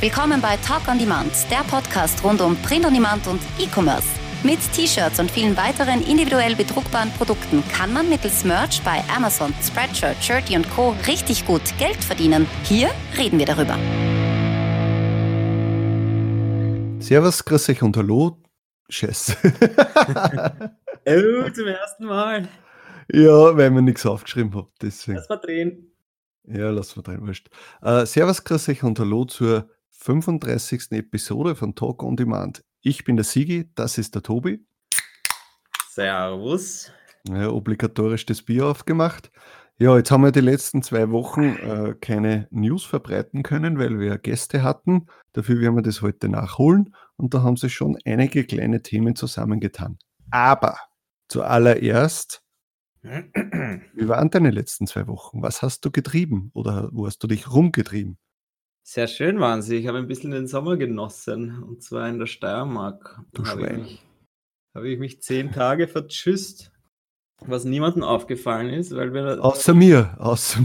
Willkommen bei Talk on Demand, der Podcast rund um Print on Demand und E-Commerce. Mit T-Shirts und vielen weiteren individuell bedruckbaren Produkten kann man mittels Merch bei Amazon, Spreadshirt, Shirty und Co. richtig gut Geld verdienen. Hier reden wir darüber. Servus, grüß euch und hallo. Scheiße. Oh, zum ersten Mal. Ja, weil mir nichts aufgeschrieben habe, deswegen. Lass mal drehen. Ja, lass mal drin, wurscht. Servus, grüß euch und hallo zur 35. Episode von Talk on Demand. Ich bin der Sigi, das ist der Tobi. Servus. Ja, obligatorisch das Bier aufgemacht. Ja, jetzt haben wir die letzten 2 Wochen keine News verbreiten können, weil wir Gäste hatten. Dafür werden wir das heute nachholen und da haben sich schon einige kleine Themen zusammengetan. Aber zuallererst, wie waren deine letzten 2 Wochen? Was hast du getrieben oder wo hast du dich rumgetrieben? Sehr schön waren sie. Ich habe ein bisschen den Sommer genossen, und zwar in der Steiermark. Du Schwein. Habe ich mich 10 Tage vertschüsst, was niemandem aufgefallen ist, weil wir... Außer mir.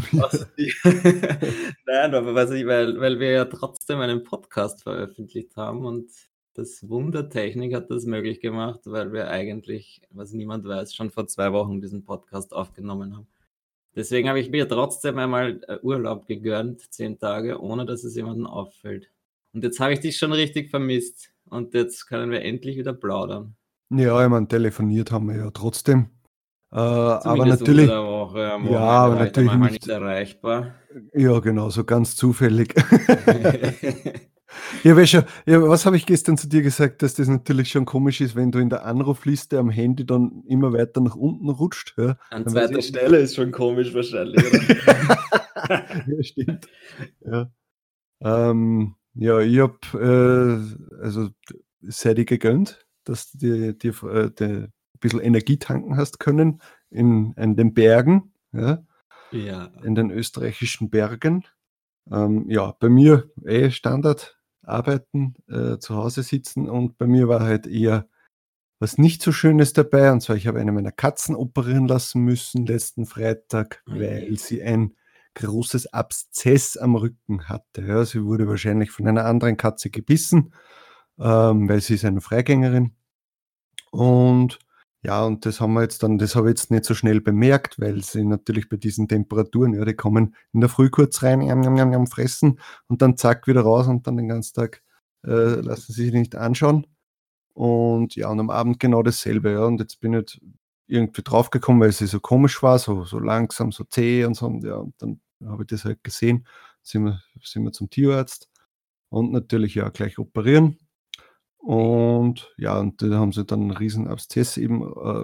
Nein, aber weil wir ja trotzdem einen Podcast veröffentlicht haben und das Wundertechnik hat das möglich gemacht, weil wir eigentlich, was niemand weiß, schon vor 2 Wochen diesen Podcast aufgenommen haben. Deswegen habe ich mir trotzdem einmal Urlaub gegönnt, 10 Tage, ohne dass es jemandem auffällt. Und jetzt habe ich dich schon richtig vermisst. Und jetzt können wir endlich wieder plaudern. Ja, ich meine, telefoniert haben wir ja trotzdem. Aber Zumindest natürlich. unter der Woche, am Ja, Wochenende aber war ich dann natürlich manchmal nicht. nicht erreichbar. Ja, genau, so ganz zufällig. Ja, was habe ich gestern zu dir gesagt, dass das natürlich schon komisch ist, wenn du in der Anrufliste am Handy dann immer weiter nach unten rutscht. Ja, An dann zweiter weiß ich- Stelle ist schon komisch wahrscheinlich, oder? Ja, stimmt. Ja, ja ich habe also sei dir gegönnt, dass du dir ein bisschen Energie tanken hast können in den Bergen, ja, Ja. in den österreichischen Bergen. Ja, bei mir Standard arbeiten, zu Hause sitzen und bei mir war halt eher was nicht so Schönes dabei, und zwar ich habe eine meiner Katzen operieren lassen müssen letzten Freitag, weil sie ein großes Abszess am Rücken hatte. Ja, sie wurde wahrscheinlich von einer anderen Katze gebissen, weil sie ist eine Freigängerin. Und ja, und das habe ich jetzt nicht so schnell bemerkt, weil sie natürlich bei diesen Temperaturen, ja, die kommen in der Früh kurz rein, fressen und dann zack wieder raus und dann den ganzen Tag lassen sie sich nicht anschauen. Und ja, und am Abend genau dasselbe, ja. Und jetzt bin ich halt irgendwie draufgekommen, weil sie so komisch war, so langsam, so zäh und so. Und ja, und dann habe ich das halt gesehen, sind wir zum Tierarzt und natürlich ja gleich operieren. Und ja, und da haben sie dann einen riesen Abszess eben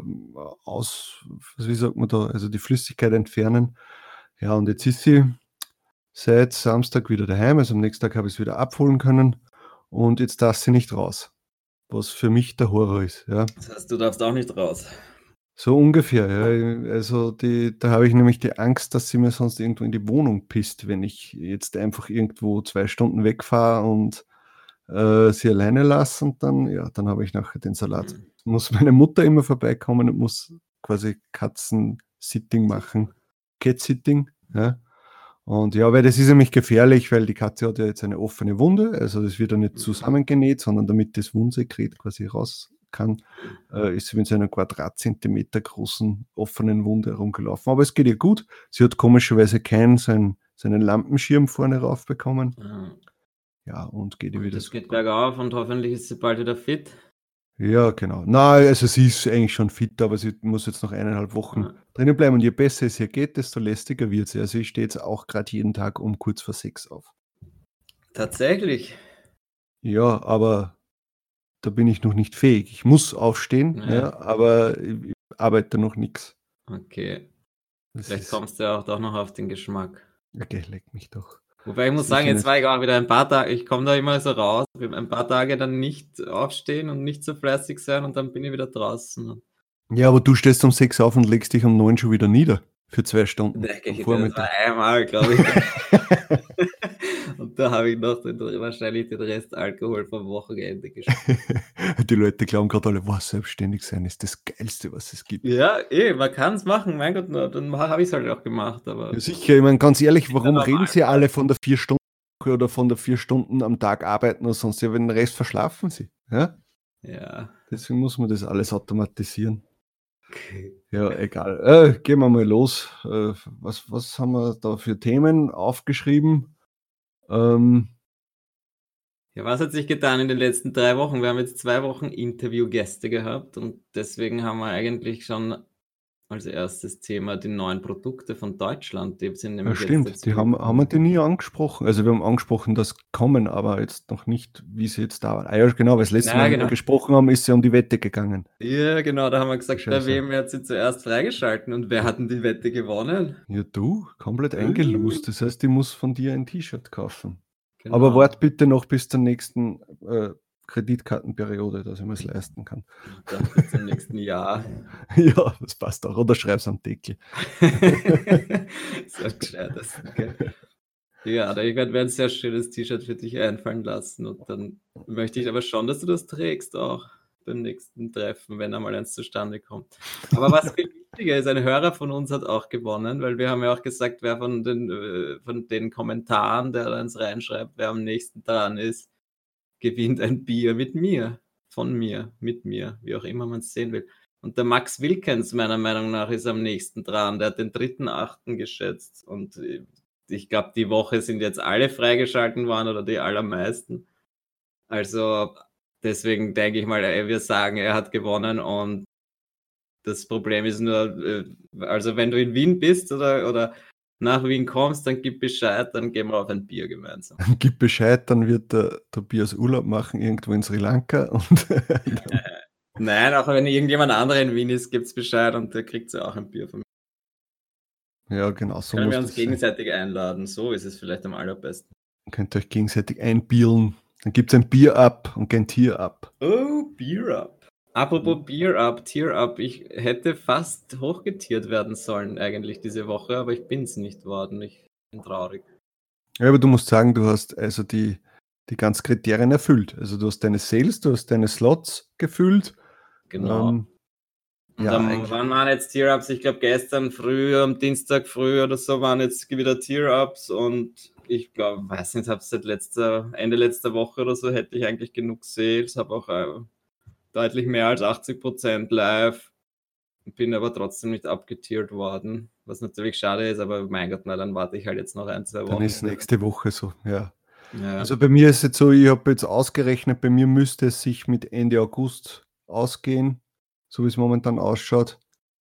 wie sagt man da, also die Flüssigkeit entfernen. Ja, und jetzt ist sie seit Samstag wieder daheim, also am nächsten Tag habe ich es wieder abholen können und jetzt darf sie nicht raus, was für mich der Horror ist. Ja. Das heißt, du darfst auch nicht raus. So ungefähr, ja. Also da habe ich nämlich die Angst, dass sie mir sonst irgendwo in die Wohnung pisst, wenn ich jetzt einfach irgendwo 2 Stunden wegfahre und sie alleine lasse und dann habe ich nachher den Salat. Muss meine Mutter immer vorbeikommen und muss quasi Katzen-Sitting machen. Cat-Sitting, ja. Und ja, weil das ist nämlich gefährlich, weil die Katze hat ja jetzt eine offene Wunde, also das wird ja nicht zusammengenäht, sondern damit das Wundsekret quasi raus kann, ist sie mit so einer Quadratzentimeter großen offenen Wunde herumgelaufen. Aber es geht ihr gut. Sie hat komischerweise seinen Lampenschirm vorne rauf bekommen. Ja, und geht ihr wieder Das so. geht bergauf und hoffentlich ist sie bald wieder fit. Ja, genau. Nein, also sie ist eigentlich schon fit, aber sie muss jetzt noch 1,5 Wochen drinnen bleiben. Und je besser es ihr geht, desto lästiger wird sie. Also ich stehe jetzt auch gerade jeden Tag um kurz vor 6 auf. Tatsächlich. Ja, aber da bin ich noch nicht fähig. Ich muss aufstehen, Ja. aber ich arbeite noch nichts. Okay. Vielleicht kommst du ja auch doch noch auf den Geschmack. Okay, leck mich doch. Wobei ich muss sagen, jetzt war ich auch wieder ein paar Tage, ich komme da immer so raus, ein paar Tage dann nicht aufstehen und nicht so fleißig sein und dann bin ich wieder draußen. Ja, aber du stehst um 6 auf und legst dich um 9 schon wieder nieder. Für 2 Stunden. Das war einmal, glaube ich. Und da habe ich noch wahrscheinlich den Rest Alkohol vom Wochenende gespielt. Die Leute glauben gerade alle, was selbstständig sein ist das Geilste, was es gibt. Ja, man kann es machen, mein Gott, dann habe ich es halt auch gemacht. Aber ja, sicher, ich meine, ganz ehrlich, warum reden sie alle von der 4-Stunden-Woche? oder von der 4 Stunden am Tag arbeiten oder sonst, ja, wenn den Rest verschlafen sie. Ja? Ja. Deswegen muss man das alles automatisieren. Ja, egal. Gehen wir mal los. Was haben wir da für Themen aufgeschrieben? Ja, was hat sich getan in den letzten 3 Wochen? Wir haben jetzt 2 Wochen Interviewgäste gehabt und deswegen haben wir eigentlich schon als erstes Thema die neuen Produkte von Deutschland. Die sind Ja, nämlich jetzt stimmt, dazu die haben wir gekommen. die nie angesprochen. Also wir haben angesprochen, dass kommen, aber jetzt noch nicht, wie sie jetzt da waren. Ja, genau, weil das letzte Mal, wie wir gesprochen haben, ist sie um die Wette gegangen. Ja, genau, da haben wir gesagt, bei Scheiße. wem wird sie zuerst freigeschalten und wer hat denn die Wette gewonnen? Ja, du, komplett eingelust. Das heißt, ich muss von dir ein T-Shirt kaufen. Genau. Aber wart bitte noch bis zur nächsten Kreditkartenperiode, dass ich mir es leisten kann. Dann bis zum nächsten Jahr. Ja, das passt auch. Oder schreib's am Deckel. So gescheit, das, gell? Ja, ich werde mir ein sehr schönes T-Shirt für dich einfallen lassen und dann möchte ich aber schon, dass du das trägst auch beim nächsten Treffen, wenn einmal eins zustande kommt. Aber was viel wichtiger ist, ein Hörer von uns hat auch gewonnen, weil wir haben ja auch gesagt, wer von den Kommentaren, der da uns reinschreibt, wer am nächsten dran ist, gewinnt ein Bier mit mir, von mir, mit mir, wie auch immer man es sehen will. Und der Max Wilkens, meiner Meinung nach, ist am nächsten dran. Der hat den 3.8. geschätzt und ich glaube, die Woche sind jetzt alle freigeschalten worden oder die allermeisten. Also deswegen denke ich mal, wir sagen, er hat gewonnen und das Problem ist nur, also wenn du in Wien bist oder nach Wien kommst, dann gib Bescheid, dann gehen wir auf ein Bier gemeinsam. Gib Bescheid, dann wird der Tobias Urlaub machen irgendwo in Sri Lanka. Und Nein, auch wenn irgendjemand anderer in Wien ist, gibt es Bescheid und der kriegt ja auch ein Bier von mir. Ja, genau, so Können muss wir uns das sein. gegenseitig einladen, so ist es vielleicht am allerbesten. Könnt ihr euch gegenseitig einbielen. Dann gibt es ein Bier-Up und kein Tier-Up. Oh, Beer-Up. Apropos Beer-Up, Tier-Up. Ich hätte fast hochgetiert werden sollen eigentlich diese Woche, aber ich bin es nicht worden. Ich bin traurig. Ja, aber du musst sagen, du hast also die ganzen Kriterien erfüllt. Also du hast deine Sales, du hast deine Slots gefüllt. Genau. Und ja, wann waren jetzt Tier-Ups? Ich glaube gestern früh, am Dienstag früh oder so waren jetzt wieder Tier-Ups und ich glaube, weiß nicht, habe seit Ende letzter Woche oder so hätte ich eigentlich genug Sales, habe auch deutlich mehr als 80% live, bin aber trotzdem nicht abgetiert worden, was natürlich schade ist, aber mein Gott, na, dann warte ich halt jetzt noch 1-2 Wochen. Dann ist nächste Woche so, ja. Ja. Also bei mir ist es jetzt so, ich habe jetzt ausgerechnet, bei mir müsste es sich mit Ende August ausgehen, so wie es momentan ausschaut.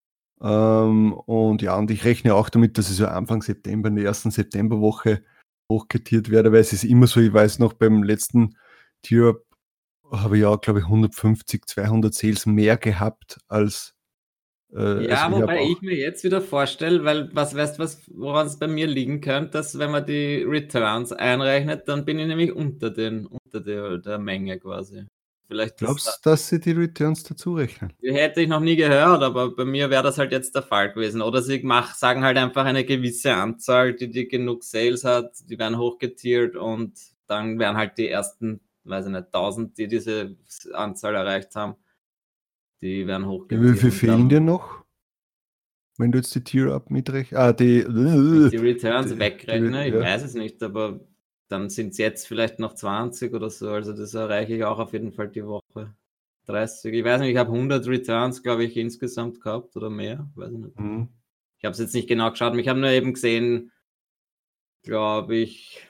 Und ja, und ich rechne auch damit, dass ich so Anfang September, in der ersten Septemberwoche hochgetiert werde, weil es ist immer so, ich weiß noch, beim letzten Tier habe ich ja, glaube ich, 150, 200 Sales mehr gehabt als ja, also wobei ich mir jetzt wieder vorstelle, weil woran es bei mir liegen könnte, dass wenn man die Returns einrechnet, dann bin ich nämlich unter der Menge quasi. Vielleicht glaubst du, dass sie die Returns dazu rechnen? Hätte ich noch nie gehört, aber bei mir wäre das halt jetzt der Fall gewesen. Oder sie sagen halt einfach eine gewisse Anzahl, die genug Sales hat, die werden hochgetiert und dann werden halt die ersten, weiß ich nicht, 1000, die diese Anzahl erreicht haben, die werden hochgetiert. Wie viel fehlen dir noch? Wenn du jetzt die Tier-Up mitrechnest? Die Returns wegrechne, ich weiß es nicht, aber dann sind es jetzt vielleicht noch 20 oder so, also das erreiche ich auch auf jeden Fall die Woche. 30, ich weiß nicht, ich habe 100 Returns, glaube ich, insgesamt gehabt oder mehr, weiß ich nicht. Ich habe es jetzt nicht genau geschaut, ich habe nur eben gesehen, glaube ich,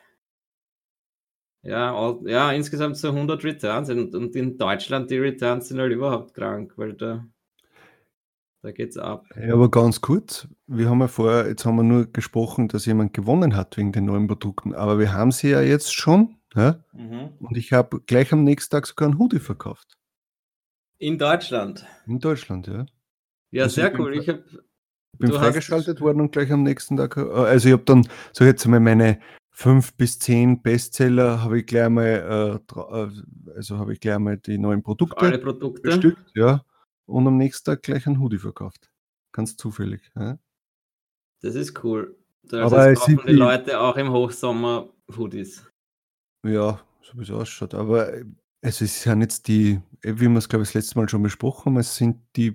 ja, insgesamt so 100 Returns und in Deutschland die Returns sind halt überhaupt krank, weil da geht's ab. Ja, aber ganz kurz, wir haben ja vorher, jetzt haben wir nur gesprochen, dass jemand gewonnen hat wegen den neuen Produkten, aber wir haben sie ja jetzt schon, ja? Und ich habe gleich am nächsten Tag sogar einen Hoodie verkauft. In Deutschland? In Deutschland, ja. Ja, also sehr cool. Ich bin freigeschaltet worden und gleich am nächsten Tag, also ich habe dann so jetzt einmal meine 5 bis 10 Bestseller habe ich gleich mal, habe ich gleich mal die neuen Produkte alle Produkte bestückt, ja. Und am nächsten Tag gleich einen Hoodie verkauft. Ganz zufällig. Ja? Das ist cool. Aber es kaufen die Leute auch im Hochsommer Hoodies. Ja, so wie es ausschaut. Aber es ist ja jetzt wie wir es, glaube ich, das letzte Mal schon besprochen haben, es sind die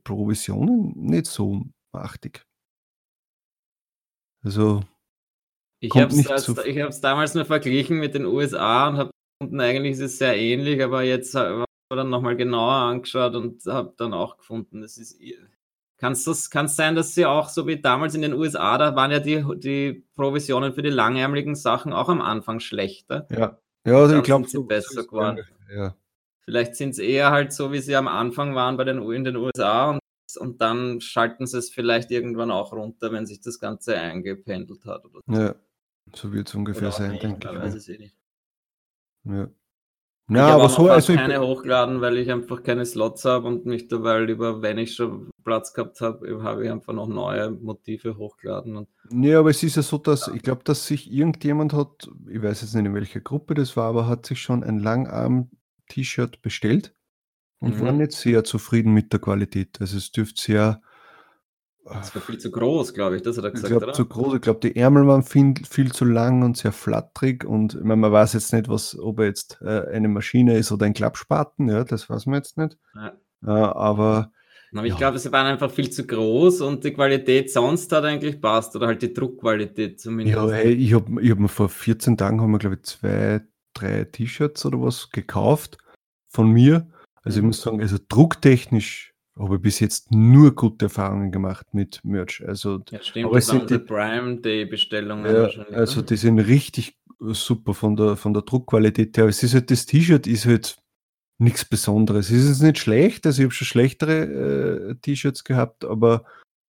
Provisionen nicht so machtig. Also Ich Kommt habe nicht zu. es damals nur verglichen mit den USA und habe gefunden, eigentlich ist es sehr ähnlich, aber jetzt habe ich mir dann nochmal genauer angeschaut und habe dann auch gefunden, kann es sein, dass sie auch so wie damals in den USA, da waren ja die Provisionen für die langärmeligen Sachen auch am Anfang schlechter Ja, und ich dann glaube, sind sie so besser ist es geworden. ja. Vielleicht sind es eher halt so, wie sie am Anfang waren in den USA und dann schalten sie es vielleicht irgendwann auch runter, wenn sich das Ganze eingependelt hat oder so. Ja, so wird es ungefähr Oder auch sein, nicht, denke man ich weiß mal. es eh nicht. Ja. Ich Na, habe aber auch noch so, fast also keine hochgeladen, weil ich einfach keine Slots habe und mich dabei lieber, wenn ich schon Platz gehabt habe, habe ich einfach noch neue Motive hochgeladen. Und nee, aber es ist ja so, dass ich glaube, dass sich irgendjemand hat, ich weiß jetzt nicht, in welcher Gruppe das war, aber hat sich schon ein Langarm-T-Shirt bestellt und war nicht sehr zufrieden mit der Qualität. Also es dürfte sehr, das war viel zu groß, glaube ich, das hat er ich gesagt, glaube, oder? zu groß. Ich glaube, die Ärmel waren viel zu lang und sehr flatterig und ich meine, man weiß jetzt nicht, ob er jetzt eine Maschine ist oder ein Klappspaten, ja, das weiß man jetzt nicht. Ja. Aber Aber ich ja, glaube, sie waren einfach viel zu groß und die Qualität sonst hat eigentlich passt oder halt die Druckqualität ja, zumindest. hey, ich hab mir vor 14 Tagen, haben wir, glaube ich, 2, 3 T-Shirts oder was gekauft von mir. Also ich muss sagen, also drucktechnisch habe ich bis jetzt nur gute Erfahrungen gemacht mit Merch. Also, Ja, stimmt, aber das es waren sind unsere die, Prime Day Bestellungen ja, wahrscheinlich, also ne? die sind richtig super von der Druckqualität her. Es ist halt, das T-Shirt ist halt nichts Besonderes. Es ist jetzt nicht schlecht, also ich habe schon schlechtere T-Shirts gehabt, aber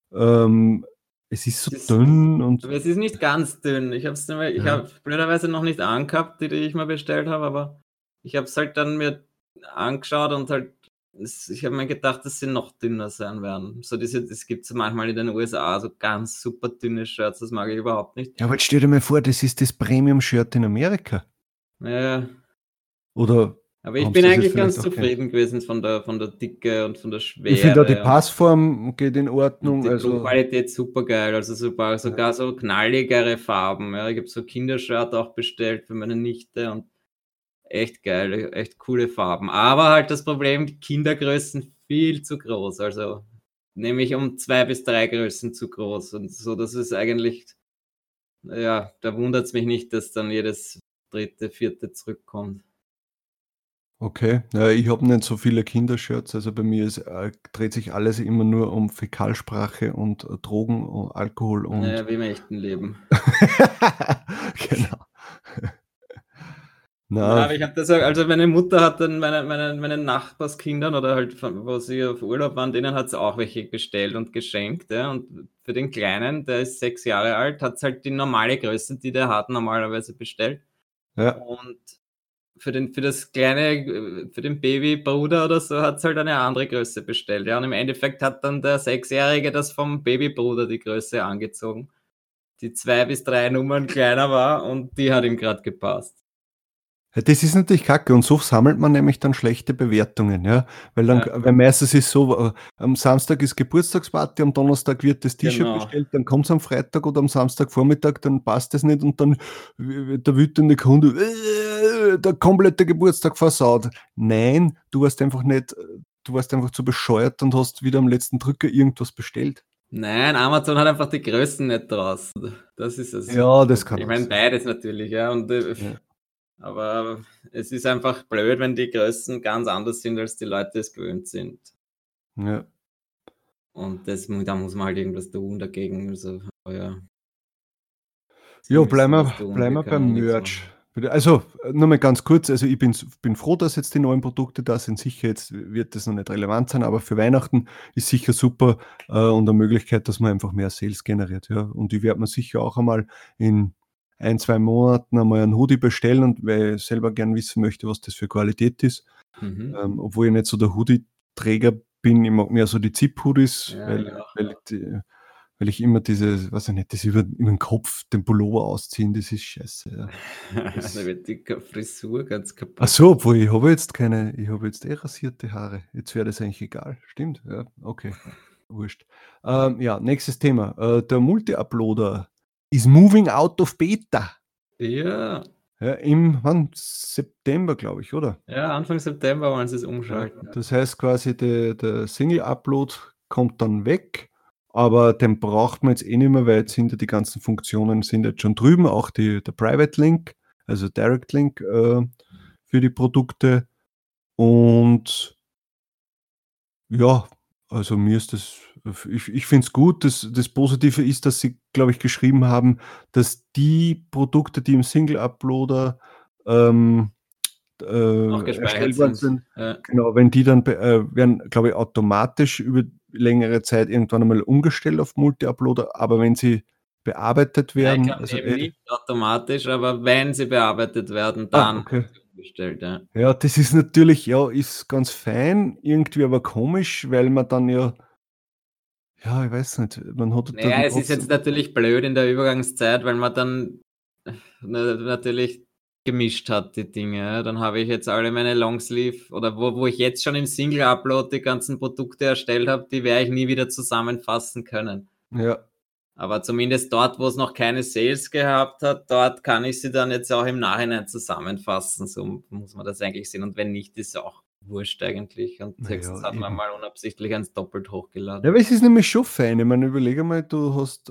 es ist so Es ist, dünn und aber es ist nicht ganz dünn. Ich ja. habe blöderweise noch nicht angehabt, die ich mal bestellt habe, aber ich habe es halt dann mir angeschaut und halt, ich habe mir gedacht, dass sie noch dünner sein werden. So das gibt es manchmal in den USA, so ganz super dünne Shirts, das mag ich überhaupt nicht. Ja, aber jetzt stell dir mal vor, das ist das Premium-Shirt in Amerika. Ja, Oder aber ich haben sie bin das jetzt eigentlich vielleicht ganz auch gern? zufrieden gewesen von der Dicke und von der Ich finde auch die Schwere. Passform geht in Und Ordnung. die Also, Druckqualität super geil, also ja. sogar so knalligere Farben. Ja. Ich habe so Kindershirt auch bestellt für meine Nichte und echt geil, echt coole Farben. Aber halt das Problem, die Kindergrößen viel zu groß. Also nämlich um 2 bis 3 Größen zu groß. Und so, das ist eigentlich, ja, da wundert es mich nicht, dass dann jedes dritte, vierte zurückkommt. Okay. Ja, ich habe nicht so viele Kindershirts. Also bei mir dreht sich alles immer nur um Fäkalsprache und Drogen und Alkohol und Naja, wie im echten Leben. genau. Na, Na, aber ich habe das, also meine Mutter hat dann meinen Nachbarskindern oder halt, wo sie auf Urlaub waren, denen hat sie auch welche bestellt und geschenkt. Ja. Und für den Kleinen, der ist 6 Jahre alt, hat es halt die normale Größe, die der hat, normalerweise bestellt. ja. Und für das kleine, für den Babybruder oder so, hat es halt eine andere Größe bestellt. Ja. Und im Endeffekt hat dann der 6-Jährige das vom Babybruder die Größe angezogen, die 2 bis 3 Nummern kleiner war und die hat ihm gerade gepasst. Ja, das ist natürlich kacke und so sammelt man nämlich dann schlechte Bewertungen, ja. Ja, Weil meistens ist so, am Samstag ist Geburtstagsparty, am Donnerstag wird das T-Shirt genau. bestellt, dann kommt's am Freitag oder am Samstagvormittag, dann passt es nicht und dann der wütende Kunde, der komplette Geburtstag versaut. Nein, du warst einfach zu bescheuert und hast wieder am letzten Drücker irgendwas bestellt. Nein, Amazon hat einfach die Größen nicht draußen. Das ist es. Ja, das kann Ich auch meine, sein. beides natürlich, ja. Ja, Aber es ist einfach blöd, wenn die Größen ganz anders sind, als die Leute es gewöhnt sind. ja. Und da muss man halt irgendwas tun dagegen. Also, ja, sie Ja, müssen was tun. bleiben Wir wir können beim auch nichts Merch. machen. Also, nur mal ganz kurz, also ich bin froh, dass jetzt die neuen Produkte da sind. Sicher, jetzt wird das noch nicht relevant sein, aber für Weihnachten ist sicher super und eine Möglichkeit, dass man einfach mehr Sales generiert. Ja. Und ich werde mir sicher auch einmal in 1, 2 Monaten einmal einen Hoodie bestellen und weil ich selber gern wissen möchte, was das für Qualität ist. Mhm. Obwohl ich nicht so der Hoodie-Träger bin, ich mag mehr so die Zip-Hoodies, Ja, ich auch. weil ich immer diese, weiß ich nicht, das über den Kopf, den Pullover ausziehen, das ist scheiße. Ja. Da wird die Frisur ganz Ach kaputt. so, obwohl ich habe jetzt rasierte Haare. Jetzt wäre das eigentlich egal. Stimmt, ja, okay, wurscht. Ja, nächstes Thema. Der Multi-Uploader is moving out of Beta. Ja, Ja, wann? September, glaube ich, oder? ja, Anfang September wollen sie es Ja, umschalten. das heißt quasi, der Single-Upload kommt dann weg aber den braucht man jetzt eh nicht mehr, weil jetzt sind ja die ganzen Funktionen sind jetzt schon drüben, auch der Private Link, also Direct Link für die Produkte. Und ja, also mir ist das, ich finde es gut. Das Positive ist, dass sie, glaube ich, geschrieben haben, dass die Produkte, die im Single-Uploader Auch gespeichert erstellt worden sind. sind, Ja. genau, wenn die dann werden, glaube ich, automatisch über längere Zeit irgendwann einmal umgestellt auf Multi-Uploader, aber wenn sie bearbeitet Ja, ich werden, glaube also eben nicht automatisch, aber wenn sie bearbeitet werden, dann okay. wird sie umgestellt. Ja. Ja, das ist natürlich, ja, ist ganz fein, irgendwie aber komisch, weil man dann ja, ich weiß nicht, man hat Naja, dann es ist jetzt trotzdem, natürlich blöd in der Übergangszeit, weil man dann natürlich gemischt hat, die Dinge. Ja. Dann habe ich jetzt alle meine Longsleeve oder wo ich jetzt schon im Single-Upload die ganzen Produkte erstellt habe, die werde ich nie wieder zusammenfassen können. ja, Aber zumindest dort, wo es noch keine Sales gehabt hat, dort kann ich sie dann jetzt auch im Nachhinein zusammenfassen. So muss man das eigentlich sehen. Und wenn nicht, ist auch wurscht eigentlich. Und höchstens naja, hat man eben. mal unabsichtlich eins doppelt hochgeladen. Ja, aber es ist nämlich schon fein. Ich meine, überlege mal, du hast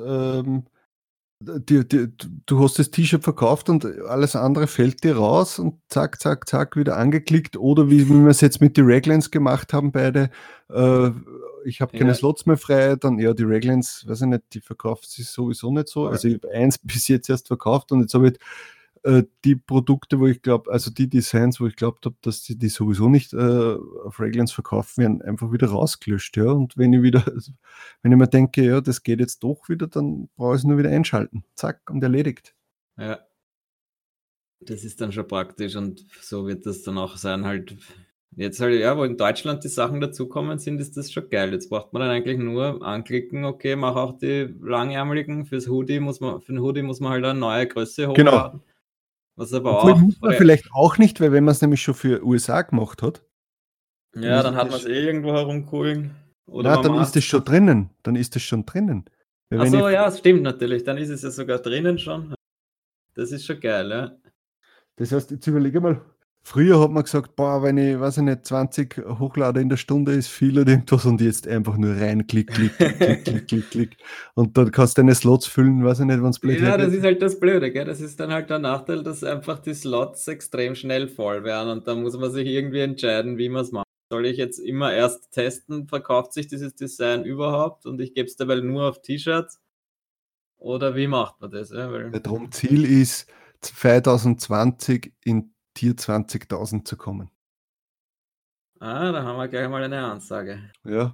du hast das T-Shirt verkauft und alles andere fällt dir raus und zack, zack, zack, wieder angeklickt. Oder wie wir es jetzt mit den Reglans gemacht haben, beide. Ich habe keine Ja. Slots mehr frei, dann ja, die Reglans, weiß ich nicht, die verkauft sich sowieso nicht so. Voll. Also ich habe eins bis jetzt erst verkauft und jetzt habe ich die Produkte, wo ich glaube, also die Designs, wo ich glaubt habe, dass die sowieso nicht auf Reglans verkauft werden, einfach wieder rausgelöscht. Ja. Und wenn ich mir denke, ja, das geht jetzt doch wieder, dann brauche ich es nur wieder einschalten. Zack, und erledigt. Ja. Das ist dann schon praktisch und so wird das dann auch sein. Halt, jetzt halt, ja, wo in Deutschland die Sachen dazukommen sind, ist das schon geil. Jetzt braucht man dann eigentlich nur anklicken, okay, mach auch die langärmeligen. Für den Hoodie muss man halt eine neue Größe Genau. hochladen. Was aber Obwohl auch. muss man vielleicht auch nicht, weil wenn man es nämlich schon für USA gemacht hat, Ja, dann hat man es irgendwo herumkugeln. Oder na, dann ist es schon drinnen. Dann ist es schon drinnen. Weil wenn Achso, ich, ja, das stimmt natürlich. Dann ist es ja sogar drinnen schon. Das ist schon geil, ja. das heißt, jetzt überlege mal, früher hat man gesagt, boah, wenn ich, weiß ich nicht, 20 hochlade in der Stunde ist viel oder irgendwas und jetzt einfach nur rein, klick, klick, klick, klick, klick, klick, klick. Und dann kannst du deine Slots füllen, weiß ich nicht, wenn es blöd Ja, das hergeht. ist halt das Blöde, gell? Das ist dann halt der Nachteil, dass einfach die Slots extrem schnell voll werden und da muss man sich irgendwie entscheiden, wie man es macht. Soll ich jetzt immer erst testen, verkauft sich dieses Design überhaupt und ich gebe es dabei nur auf T-Shirts? Oder wie macht man das? Ja, weil, Darum Ziel ist, 2020 in Tier 20.000 zu kommen. da haben wir gleich mal eine Ansage. Ja.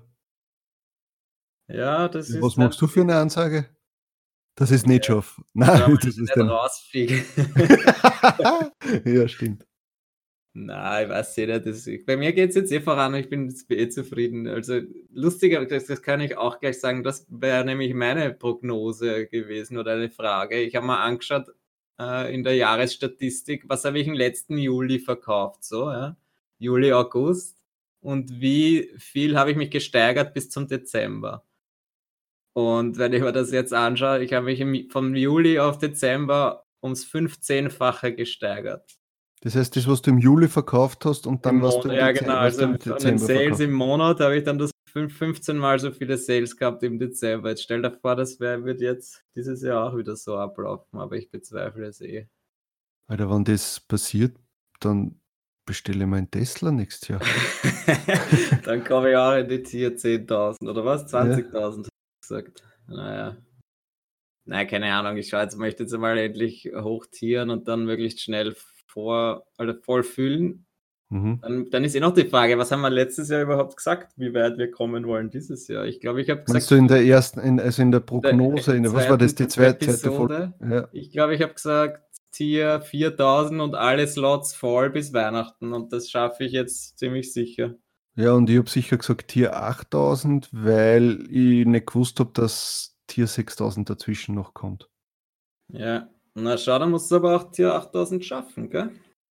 Ja, das Was ist machst du für eine Ansage? Das ist nicht Ja, scharf. Nein, da das ich ist nicht dann. rausfliege. Ja, stimmt. Nein, ich weiß nicht. Bei mir geht es jetzt eh voran, ich bin jetzt eh zufrieden. Also lustiger, das kann ich auch gleich sagen, das wäre nämlich meine Prognose gewesen oder eine Frage. Ich habe mal angeschaut in der Jahresstatistik, was habe ich im letzten Juli verkauft, so, ja? Juli, August. Und wie viel habe ich mich gesteigert bis zum Dezember? Und wenn ich mir das jetzt anschaue, ich habe mich vom Juli auf Dezember ums 15-fache gesteigert. Das heißt, das, was du im Juli verkauft hast und dann, Im was du Monat, im ja genau, was du also im von den Dezember Sales verkauft im Monat habe ich dann das 15 Mal so viele Sales gehabt im Dezember. Jetzt stell dir vor, das wird jetzt dieses Jahr auch wieder so ablaufen, aber ich bezweifle es eh. hast. Alter, wenn das passiert, dann bestelle ich mir einen Tesla nächstes Jahr. Dann komme ich auch in die Tier 10.000 oder was? Ja. 20.000 gesagt. Naja. Nein, keine Ahnung. Ich möchte jetzt mal endlich hochtieren und dann möglichst schnell voll füllen. Mhm. Dann ist eh noch die Frage, was haben wir letztes Jahr überhaupt gesagt, wie weit wir kommen wollen dieses Jahr? Ich glaube, ich habe Meinst gesagt, du in der ersten, also in der Prognose, was war das, die zweite Episode? Folge? Ja. Ich glaube, ich habe gesagt, Tier 4.000 und alle Slots voll bis Weihnachten und das schaffe ich jetzt ziemlich sicher. Ja, und ich habe sicher gesagt Tier 8.000, weil ich nicht gewusst habe, dass Tier 6.000 dazwischen noch kommt. Ja, na schau, dann musst du aber auch Tier 8.000 schaffen, gell?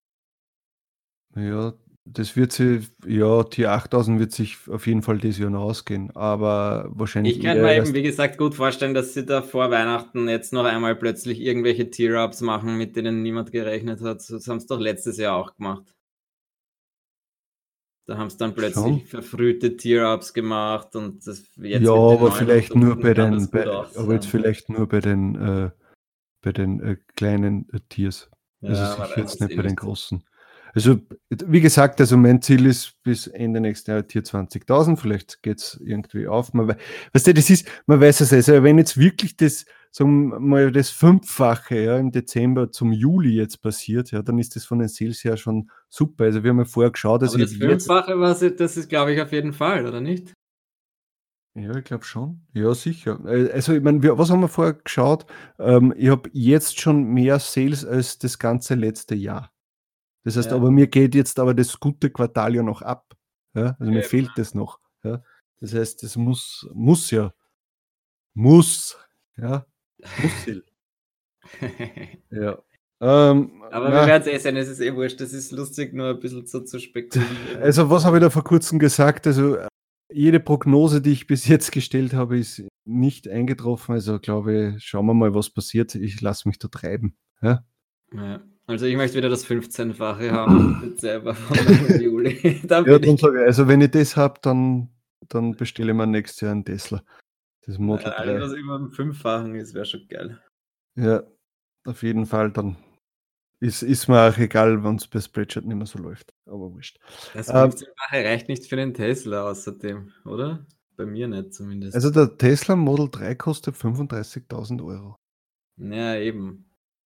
Ja, das wird sie, ja, Tier 8.000 wird sich auf jeden Fall dieses Jahr noch ausgehen, aber wahrscheinlich Ich kann eher mir erst. eben, wie gesagt, gut vorstellen, dass sie da vor Weihnachten jetzt noch einmal plötzlich irgendwelche Tier-Ups machen, mit denen niemand gerechnet hat. Das haben sie doch letztes Jahr auch gemacht. Da haben sie dann plötzlich Schon. verfrühte Tier-Ups gemacht und das jetzt Ja, mit den aber neuen vielleicht nur Produkten bei kann den, das gut aussehen. aber jetzt vielleicht nur bei den kleinen Tiers. Also Ja, aber sicher das jetzt ist nicht bei den nicht so. großen. Also, wie gesagt, also mein Ziel ist bis Ende nächsten Jahr Tier 20.000. Vielleicht geht es irgendwie auf. Weißt du, das ist, man weiß es also, wenn jetzt wirklich das, sagen wir mal, das Fünffache ja, im Dezember zum Juli jetzt passiert, ja, dann ist das von den Sales her schon super. Also wir haben ja vorher geschaut, Aber also ich das habe jetzt, Fünffache, das ist, glaube ich, auf jeden Fall, oder nicht? ja, ich glaube schon. Ja, sicher. Also, ich meine, was haben wir vorher geschaut? Ich habe jetzt schon mehr Sales als das ganze letzte Jahr. Das heißt, Ja, aber mir geht jetzt aber das gute Quartal ja noch ab. Ja? Also mir eben. fehlt das noch. Ja? Das heißt, das muss ja, muss, ja, muss Sale. Ja. Aber wir werden es sehen, es ist wurscht, das ist lustig, nur ein bisschen so zu spekulieren. Also was habe ich da vor kurzem gesagt? Also jede Prognose, die ich bis jetzt gestellt habe, ist nicht eingetroffen. Also glaube ich, schauen wir mal, was passiert. Ich lasse mich da treiben. Ja? Ja. Also ich möchte wieder das 15-fache haben im Dezember von Juli. Dann Ja, bin dann ich sage ich, also wenn ich das habe, dann bestelle ich mir nächstes Jahr einen Tesla. Das Model alles, 3. was über dem Fünffachen ist, wäre schon geil. Ja, auf jeden Fall. Dann ist mir auch egal, wenn es bei Spreadshirt nicht mehr so läuft. Aber wurscht. Das 15-fache reicht nicht für den Tesla außerdem, oder? Bei mir nicht zumindest. Also der Tesla Model 3 kostet 35.000 Euro. Ja, eben.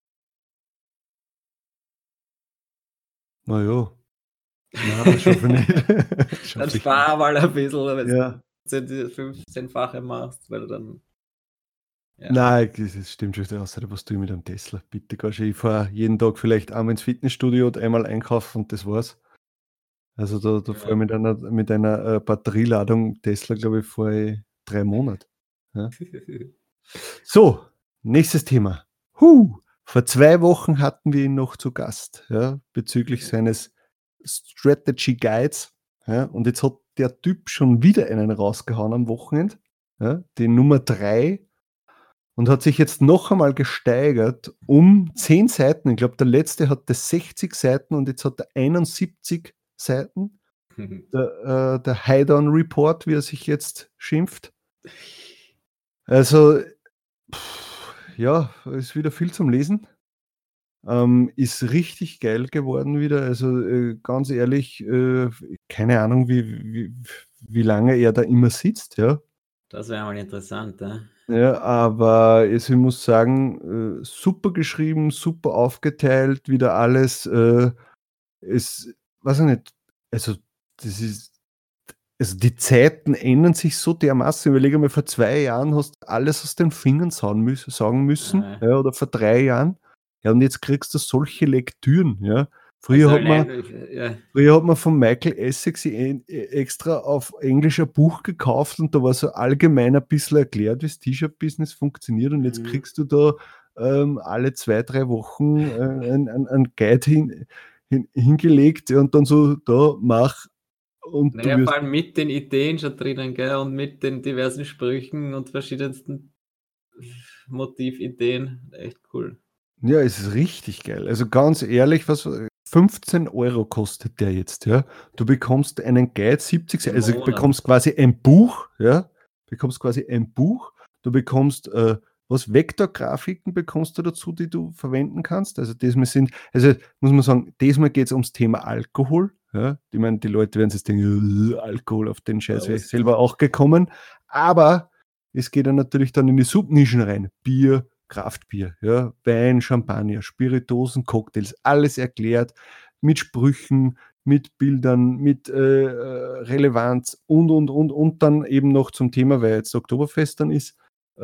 Naja, nein, schaffe ich nicht. Dann Schaffe ich spar mal ein bisschen, wenn Ja. du 15-fache machst, weil du dann. Ja. Nein, das stimmt schon. Außerdem, was tue ich mit einem Tesla? Bitte, kannst du, ich fahre jeden Tag vielleicht einmal ins Fitnessstudio und einmal einkaufen und das war's. Also da fahre ich mit einer Batterieladung Tesla, glaube ich, fahre ich 3 Monate. Ja. So, nächstes Thema. Vor 2 Wochen hatten wir ihn noch zu Gast, ja, bezüglich seines Strategy Guides. Ja, und jetzt hat der Typ schon wieder einen rausgehauen am Wochenende, ja, die Nummer 3, und hat sich jetzt noch einmal gesteigert um 10 Seiten. Ich glaube, der letzte hatte 60 Seiten und jetzt hat er 71 Seiten. Der High-Down Report, wie er sich jetzt schimpft. Also, ja, ist wieder viel zum Lesen. Ist richtig geil geworden wieder. Also ganz ehrlich, keine Ahnung, wie lange er da immer sitzt, ja. Das wäre mal interessant, ja. Ja, aber also ich muss sagen, super geschrieben, super aufgeteilt, wieder alles. Es, weiß ich nicht, also das ist, also die Zeiten ändern sich so dermaßen. Überlege mal, vor 2 Jahren hast du alles aus den Fingern saugen müssen, Ja. ja, oder vor 3 Jahren. Ja, und jetzt kriegst du solche Lektüren, ja. Also Früher hat ja. man von Michael Essex extra auf Englisch ein Buch gekauft und da war so allgemein ein bisschen erklärt, wie das T-Shirt-Business funktioniert, und jetzt kriegst du da alle 2, 3 Wochen ein Guide hingelegt, ja, und dann so, da, mach, und du Naja, wirst. vor allem mit den Ideen schon drinnen, gell, und mit den diversen Sprüchen und verschiedensten Motivideen. Echt cool. Ja, es ist richtig geil. Also ganz ehrlich, was 15 Euro kostet der jetzt, ja. Du bekommst einen Guide, 70 Seiten, also du Monat. bekommst quasi ein Buch, ja. Bekommst quasi ein Buch. Du bekommst Vektorgrafiken bekommst du dazu, die du verwenden kannst. Also diesmal muss man sagen, diesmal geht es ums Thema Alkohol. Ja. Ich meine, die Leute werden sich denken, Alkohol, auf den Scheiß wäre ich selber auch gekommen. Aber es geht dann natürlich dann in die Subnischen rein. Bier, Kraftbier, ja, Wein, Champagner, Spirituosen, Cocktails, alles erklärt mit Sprüchen, mit Bildern, mit Relevanz und dann eben noch zum Thema, weil jetzt Oktoberfest dann ist,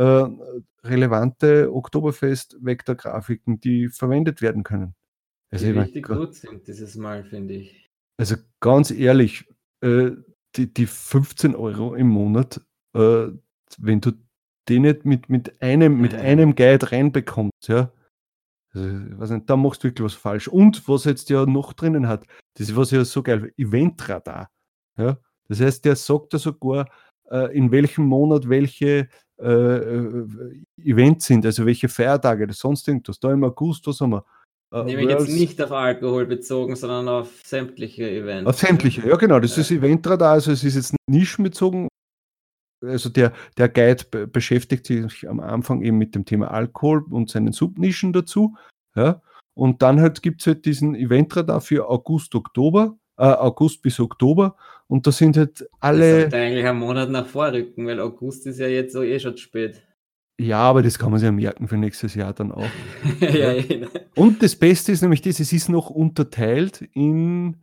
relevante Oktoberfest-Vektorgrafiken, die verwendet werden können. Also, Die richtig gut sind dieses Mal, finde ich. Also ganz ehrlich, die 15 Euro im Monat, wenn du die nicht mit einem Guide reinbekommst, ja, also, ich weiß nicht, da machst du wirklich was falsch. Und was jetzt ja noch drinnen hat, das ist was ja so geil, Eventradar. Ja? Das heißt, der sagt ja sogar, in welchem Monat welche Events sind, also welche Feiertage, das sonst irgendwas. Da im August, was haben wir? Nämlich jetzt Worlds. nicht auf Alkohol bezogen, sondern auf sämtliche Events. Auf sämtliche, ja genau, das ist Eventradar, also es ist jetzt nicht nischenbezogen. Also der Guide beschäftigt sich am Anfang eben mit dem Thema Alkohol und seinen Subnischen dazu. Ja. Und dann halt gibt es halt diesen Eventradar für August bis Oktober. Und da sind halt Das alle. sollte eigentlich einen Monat nach vorrücken, weil August ist ja jetzt so schon spät. Ja, aber das kann man sich ja merken für nächstes Jahr dann auch. Ja. Und das Beste ist nämlich das, es ist noch unterteilt in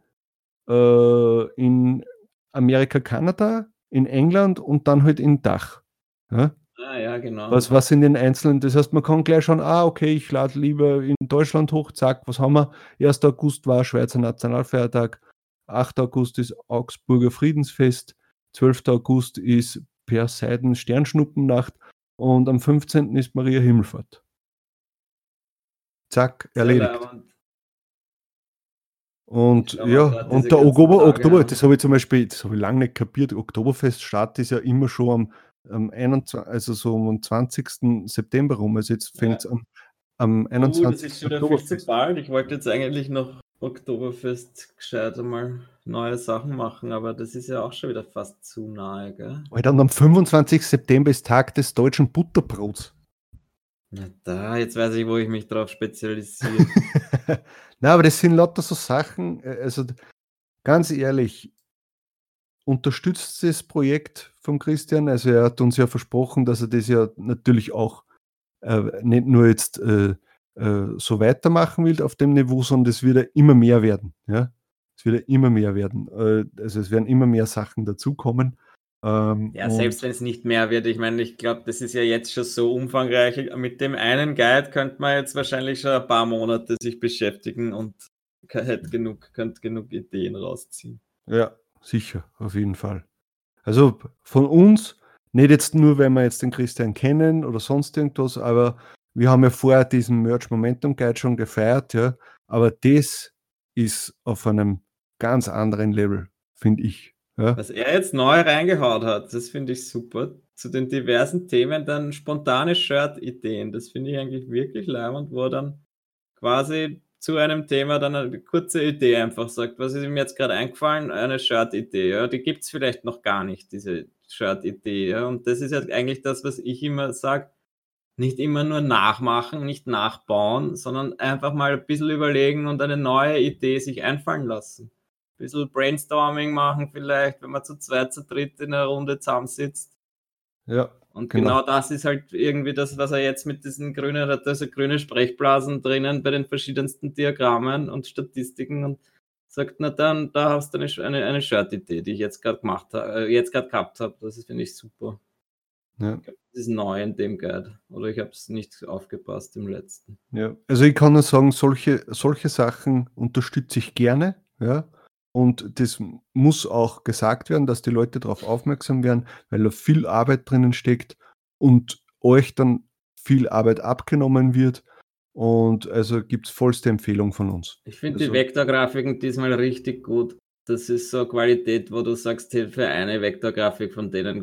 Amerika, Kanada, in England und dann halt in Dach. Ja? Ja, genau. Was in den einzelnen, das heißt, man kann gleich schauen, okay, ich lade lieber in Deutschland hoch, zack, was haben wir? 1. August war Schweizer Nationalfeiertag, 8. August ist Augsburger Friedensfest, 12. August ist Perseiden Sternschnuppennacht und am 15. ist Maria Himmelfahrt. Zack, erledigt. Und ja, und der Oktober, das habe ich zum Beispiel, das habe ich lange nicht kapiert, Oktoberfeststart ist ja immer schon am 21, also so am 20. September rum, also jetzt fängt es am 21. Das ist schon viel zu bald, ich wollte jetzt eigentlich noch Oktoberfest gescheit einmal neue Sachen machen, aber das ist ja auch schon wieder fast zu nahe, gell? Alter, und am 25. September ist Tag des deutschen Butterbrots. Na jetzt weiß ich, wo ich mich drauf spezialisiere. Na, aber das sind lauter so Sachen, also ganz ehrlich, unterstützt das Projekt von Christian, also er hat uns ja versprochen, dass er das ja natürlich auch nicht nur jetzt so weitermachen will auf dem Niveau, sondern es wird ja immer mehr werden, ja, es wird ja immer mehr werden, also es werden immer mehr Sachen dazukommen. Selbst wenn es nicht mehr wird, ich meine, ich glaube, das ist ja jetzt schon so umfangreich. Mit dem einen Guide könnte man jetzt wahrscheinlich schon ein paar Monate sich beschäftigen und könnte genug Ideen rausziehen. Ja, sicher, auf jeden Fall. Also von uns, nicht jetzt nur, weil wir jetzt den Christian kennen oder sonst irgendwas, aber wir haben ja vorher diesen Merch Momentum Guide schon gefeiert, ja, aber das ist auf einem ganz anderen Level, finde ich. Ja. Was er jetzt neu reingehaut hat, das finde ich super. Zu den diversen Themen dann spontane Shirt-Ideen. Das finde ich eigentlich wirklich leibend, wo er dann quasi zu einem Thema dann eine kurze Idee einfach sagt, was ist ihm jetzt gerade eingefallen? Eine Shirt-Idee. Ja? Die gibt es vielleicht noch gar nicht, diese Shirt-Idee. Ja? Und das ist ja eigentlich das, was ich immer sage. Nicht immer nur nachmachen, nicht nachbauen, sondern einfach mal ein bisschen überlegen und eine neue Idee sich einfallen lassen. Ein bisschen Brainstorming machen vielleicht, wenn man zu zweit, zu dritt in einer Runde zusammensitzt. Ja, und genau das ist halt irgendwie das, was er jetzt mit diesen grünen, hat also grüne Sprechblasen drinnen bei den verschiedensten Diagrammen und Statistiken und sagt, na dann, da hast du eine Shirt-Idee, die ich jetzt gerade gehabt habe. Das finde ich super. Ja. Ich glaub, das ist neu in dem Guide. Oder ich habe es nicht aufgepasst im letzten. Ja, also ich kann nur sagen, solche Sachen unterstütze ich gerne, ja. Und das muss auch gesagt werden, dass die Leute darauf aufmerksam werden, weil da viel Arbeit drinnen steckt und euch dann viel Arbeit abgenommen wird. Und also gibt es vollste Empfehlung von uns. Ich finde die Vektorgrafiken diesmal richtig gut. Das ist so eine Qualität, wo du sagst, für eine Vektorgrafik von denen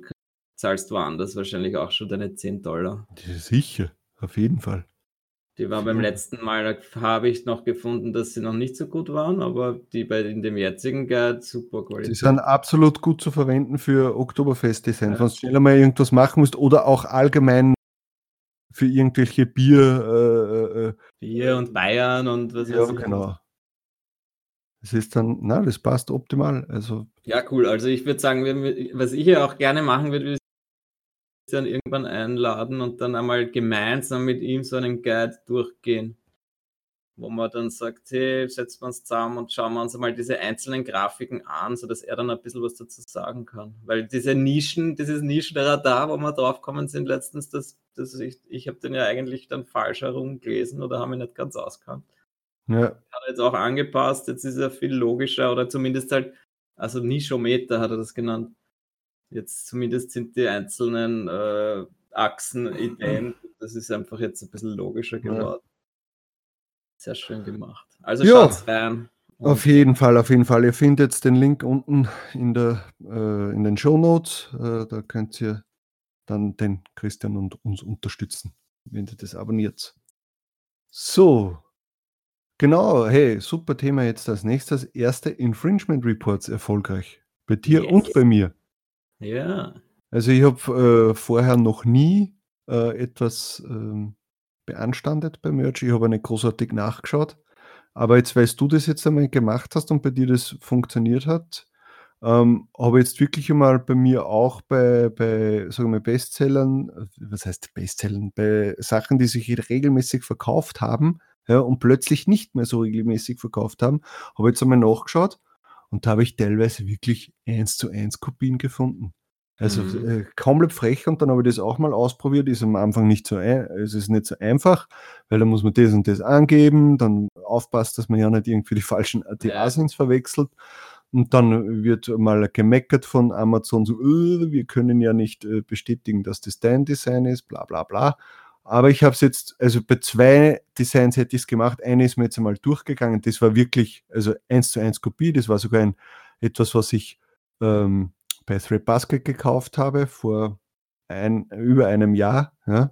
zahlst du woanders wahrscheinlich auch schon deine $10. Sicher, auf jeden Fall. Die war beim letzten Mal, habe ich noch gefunden, dass sie noch nicht so gut waren, aber die in dem jetzigen Guide super Qualität. Die sind absolut gut zu verwenden für Oktoberfest-Design, wenn du schneller mal irgendwas machen musst oder auch allgemein für irgendwelche Bier und Bayern und was weiß ich. Ja, genau. Das ist dann, das passt optimal. Also ja, cool. Also ich würde sagen, was ich ja auch gerne machen würde, ist dann irgendwann einladen und dann einmal gemeinsam mit ihm so einen Guide durchgehen, wo man dann sagt, hey, setzen wir uns zusammen und schauen wir uns einmal diese einzelnen Grafiken an, sodass er dann ein bisschen was dazu sagen kann. Weil dieses Nischenradar, wo wir draufgekommen sind letztens, ich habe den ja eigentlich dann falsch herumgelesen oder habe mich nicht ganz auskannt. Ja. Hat er jetzt auch angepasst, jetzt ist er viel logischer oder zumindest halt, also Nischometer hat er das genannt. Jetzt zumindest sind die einzelnen Achsen, Ideen, das ist einfach jetzt ein bisschen logischer geworden. Ja. Sehr schön gemacht. Also schaut's rein. Auf jeden Fall. Ihr findet den Link unten in den Shownotes. Da könnt ihr dann den Christian und uns unterstützen, wenn ihr das abonniert. So, Genau, hey, super Thema jetzt als nächstes. Erste Infringement Reports erfolgreich. Bei dir und Yes. bei mir. Ja. Also ich habe vorher noch nie etwas beanstandet bei Merch. Ich habe nicht großartig nachgeschaut. Aber jetzt, weil du das jetzt einmal gemacht hast und bei dir das funktioniert hat, habe ich jetzt wirklich einmal bei mir auch bei sagen wir, Bestsellern, was heißt Bestsellern, bei Sachen, die sich regelmäßig verkauft haben, ja, und plötzlich nicht mehr so regelmäßig verkauft haben, habe ich jetzt einmal nachgeschaut und da habe ich teilweise wirklich 1:1 Kopien gefunden. Also Mhm. komplett frech, und dann habe ich das auch mal ausprobiert. Ist am Anfang nicht so, es ist nicht so einfach, weil da muss man das und das angeben, dann aufpasst, dass man ja nicht irgendwie die Ja. Asins verwechselt. Und dann wird mal gemeckert von Amazon, so, wir können ja nicht bestätigen, dass das dein Design ist, bla bla bla. Aber ich habe es jetzt, also bei 2 Designs hätte ich es gemacht. Eine ist mir jetzt einmal durchgegangen. Das war wirklich, also 1:1 Kopie. Das war sogar etwas, was ich ähm, bei Threadbasket gekauft habe vor über einem Jahr. Ja,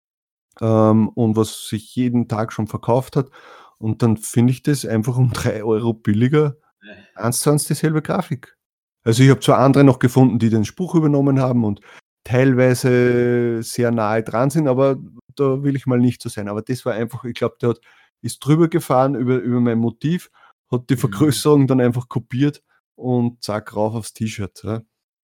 und was sich jeden Tag schon verkauft hat. Und dann finde ich das einfach um 3 € billiger, 1:1 dieselbe Grafik. Also ich habe zwar andere noch gefunden, die den Spruch übernommen haben und teilweise sehr nahe dran sind, aber da will ich mal nicht so sein. Aber das war einfach, ich glaube, ist drüber gefahren über mein Motiv, hat die Mhm. Vergrößerung dann einfach kopiert und zack, rauf aufs T-Shirt. Ja.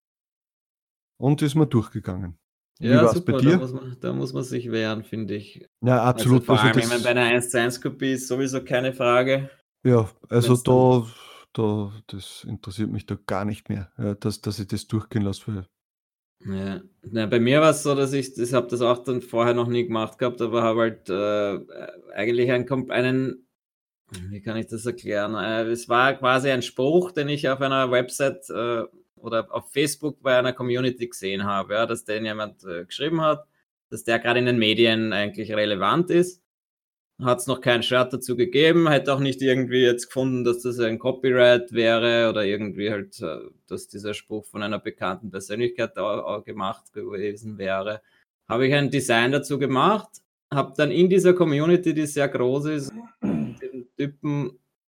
Und ist mir durchgegangen. Wie Ja, war es bei super, da dir? muss man sich wehren, finde ich. Ja, Also absolut. vor Also allem, ich meine, bei das, einer 1:1 Kopie ist sowieso keine Frage. ja, Wenn also es dann, das interessiert mich da gar nicht mehr, ja, dass ich das durchgehen lasse. ja. Na, bei mir war es so, dass ich habe das auch dann vorher noch nie gemacht gehabt, aber habe halt eigentlich einen, wie kann ich das erklären? Es war quasi ein Spruch, den ich auf einer Website oder auf Facebook bei einer Community gesehen habe, ja, dass den jemand geschrieben hat, dass der gerade in den Medien eigentlich relevant ist. Hat es noch kein Shirt dazu gegeben, hätte auch nicht irgendwie jetzt gefunden, dass das ein Copyright wäre oder irgendwie halt, dass dieser Spruch von einer bekannten Persönlichkeit auch gemacht gewesen wäre. Habe ich ein Design dazu gemacht, habe dann in dieser Community, die sehr groß ist, dem Typen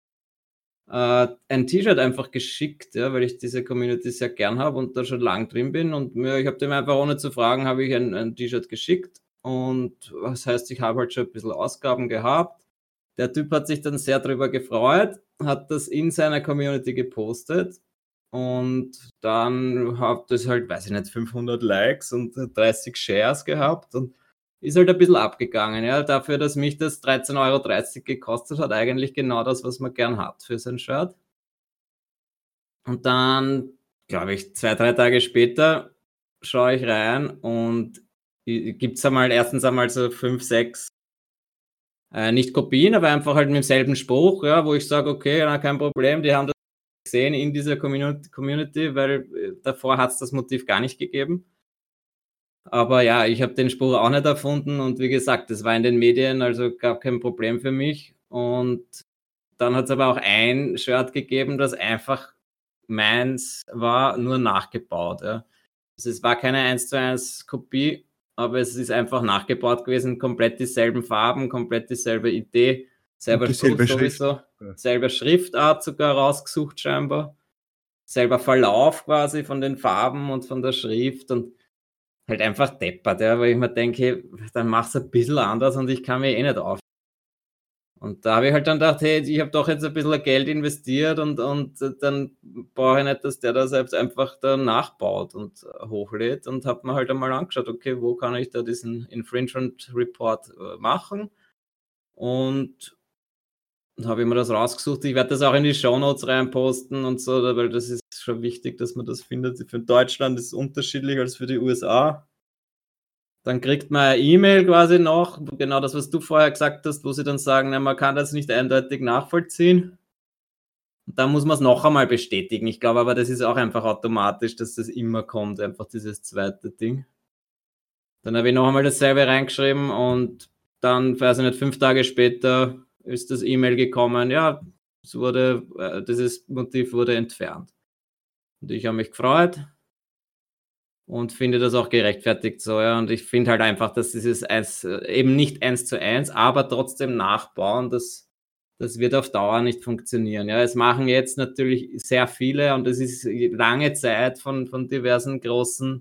ein T-Shirt einfach geschickt, ja, weil ich diese Community sehr gern habe und da schon lang drin bin. Und ich habe dem einfach ohne zu fragen, habe ich ein T-Shirt geschickt. Und das heißt, ich habe halt schon ein bisschen Ausgaben gehabt. Der Typ hat sich dann sehr darüber gefreut, hat das in seiner Community gepostet. Und dann hat das halt, weiß ich nicht, 500 Likes und 30 Shares gehabt. Und ist halt ein bisschen abgegangen, ja. Dafür, dass mich das 13,30 € gekostet hat, eigentlich genau das, was man gern hat für sein Shirt. Und dann, glaube ich, 2, 3 Tage später schaue ich rein und gibt es erstens einmal so 5, 6 nicht Kopien, aber einfach halt mit demselben Spruch, ja, wo ich sage, okay, na, kein Problem, die haben das gesehen in dieser Community, weil davor hat es das Motiv gar nicht gegeben. Aber ja, ich habe den Spruch auch nicht erfunden und wie gesagt, das war in den Medien, also gab kein Problem für mich. Und dann hat es aber auch ein Shirt gegeben, das einfach meins war, nur nachgebaut. Ja. Also es war keine 1:1 Kopie, aber es ist einfach nachgebaut gewesen, komplett dieselben Farben, komplett dieselbe Idee, Und selber Spruch dieselbe Schrift. sowieso, Ja. selber Schriftart sogar rausgesucht scheinbar, selber Verlauf quasi von den Farben und von der Schrift und halt einfach deppert, ja, weil ich mir denke, dann mach's ein bisschen anders und ich kann mich eh nicht auf. Und da habe ich halt dann gedacht, hey, ich habe doch jetzt ein bisschen Geld investiert und dann brauche ich nicht, dass der das selbst einfach da nachbaut und hochlädt und habe mir halt einmal angeschaut, okay, wo kann ich da diesen Infringement Report machen und habe ich mir das rausgesucht. Ich werde das auch in die Shownotes reinposten und so, weil das ist schon wichtig, dass man das findet. Für Deutschland ist es unterschiedlich als für die USA. Dann kriegt man eine E-Mail quasi noch, genau das, was du vorher gesagt hast, wo sie dann sagen, na, man kann das nicht eindeutig nachvollziehen. Und dann muss man es noch einmal bestätigen. Ich glaube aber, das ist auch einfach automatisch, dass das immer kommt, einfach dieses zweite Ding. Dann habe ich noch einmal dasselbe reingeschrieben und dann, weiß ich nicht, 5 Tage später ist das E-Mail gekommen, ja, dieses Motiv wurde entfernt. Und ich habe mich gefreut und finde das auch gerechtfertigt so, ja. Und ich finde halt einfach, dass dieses eben nicht 1:1, aber trotzdem nachbauen, das das wird auf Dauer nicht funktionieren. Ja, es machen jetzt natürlich sehr viele und es ist lange Zeit von diversen großen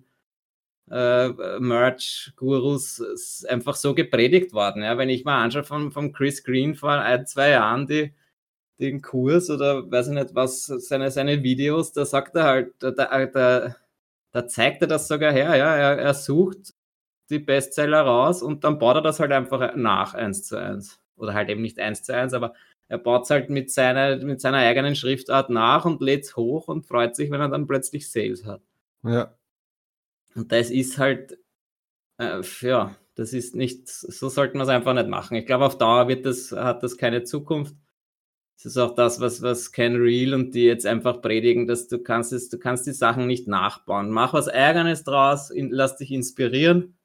Merch-Gurus einfach so gepredigt worden. Ja, wenn ich mal anschaue von Chris Green vor 1-2 Jahren den Kurs oder weiß ich nicht was, seine Videos, da sagt er halt, da zeigt er das sogar her, ja, er sucht die Bestseller raus und dann baut er das halt einfach nach 1:1. Oder halt eben nicht 1:1, aber er baut es halt mit seiner eigenen Schriftart nach und lädt es hoch und freut sich, wenn er dann plötzlich Sales hat. Ja. Und das ist halt, ja, das ist nicht, so sollten wir es einfach nicht machen. Ich glaube, auf Dauer hat das keine Zukunft. Das ist auch das, was Ken Reel und die jetzt einfach predigen, dass du kannst die Sachen nicht nachbauen. Mach was Eigenes draus, lass dich inspirieren.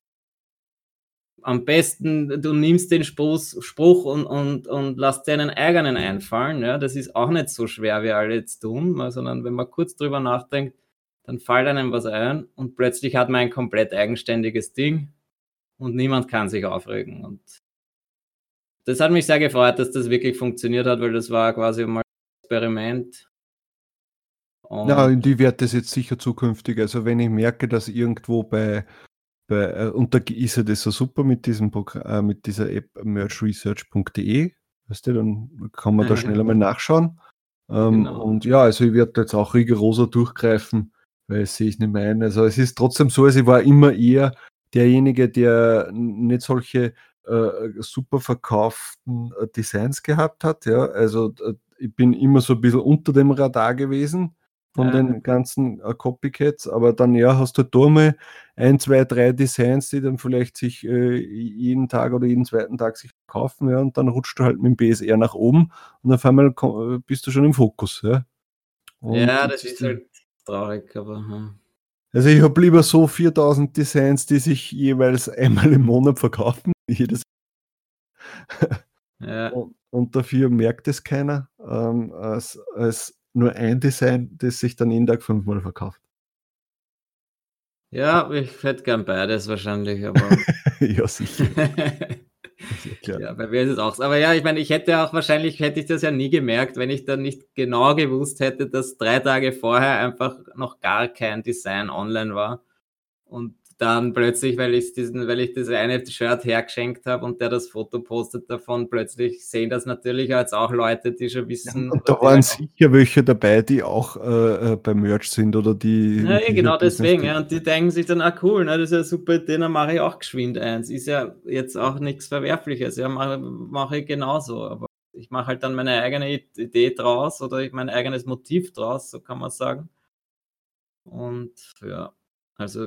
Am besten, du nimmst den Spruch und lass dir einen eigenen einfallen. Ja, das ist auch nicht so schwer, wie alle jetzt tun, sondern wenn man kurz drüber nachdenkt, dann fällt einem was ein und plötzlich hat man ein komplett eigenständiges Ding und niemand kann sich aufregen. Und das hat mich sehr gefreut, dass das wirklich funktioniert hat, weil das war quasi mal ein Experiment. Ja, in die werde das jetzt sicher zukünftig. Also wenn ich merke, dass irgendwo und da ist ja das so super mit diesem Programm, mit dieser App merchresearch.de, weißt du, dann kann man da schnell einmal nachschauen. Genau. Und ja, also ich werde jetzt auch rigoroser durchgreifen, weil das sehe ich nicht mehr ein. Also es ist trotzdem so, also ich war immer eher derjenige, der nicht solche super verkauften Designs gehabt hat. Ja, also ich bin immer so ein bisschen unter dem Radar gewesen von den ganzen Copycats, aber dann ja, hast du da mal 1, 2, 3 Designs, die dann vielleicht sich jeden Tag oder jeden zweiten Tag sich kaufen, ja, und dann rutscht du halt mit dem BSR nach oben und auf einmal bist du schon im Fokus. Ja, und Ja, das ist halt traurig, aber also ich habe lieber so 4000 Designs, die sich jeweils einmal im Monat verkaufen, jedes ja. und dafür merkt es keiner, als nur ein Design, das sich dann jeden Tag 5-mal verkauft. Ja, ich hätte gern beides wahrscheinlich, aber Ja, sicher. Ist ja klar. ja, bei mir ist es auch so. Aber ja, ich meine, wahrscheinlich hätte ich das ja nie gemerkt, wenn ich dann nicht genau gewusst hätte, dass 3 Tage vorher einfach noch gar kein Design online war. Und dann plötzlich, weil ich das eine Shirt hergeschenkt habe und der das Foto postet davon, plötzlich sehen das natürlich jetzt auch Leute, die schon wissen. Und da waren sicher welche dabei, die auch bei Merch sind oder die. Ja, genau deswegen, ja. Und die denken sich dann, cool, ne, das ist ja super Idee, dann mache ich auch geschwind eins. Ist ja jetzt auch nichts Verwerfliches, ja, mache ich genauso. Aber ich mache halt dann meine eigene Idee draus oder mein eigenes Motiv draus, so kann man sagen. Und ja, also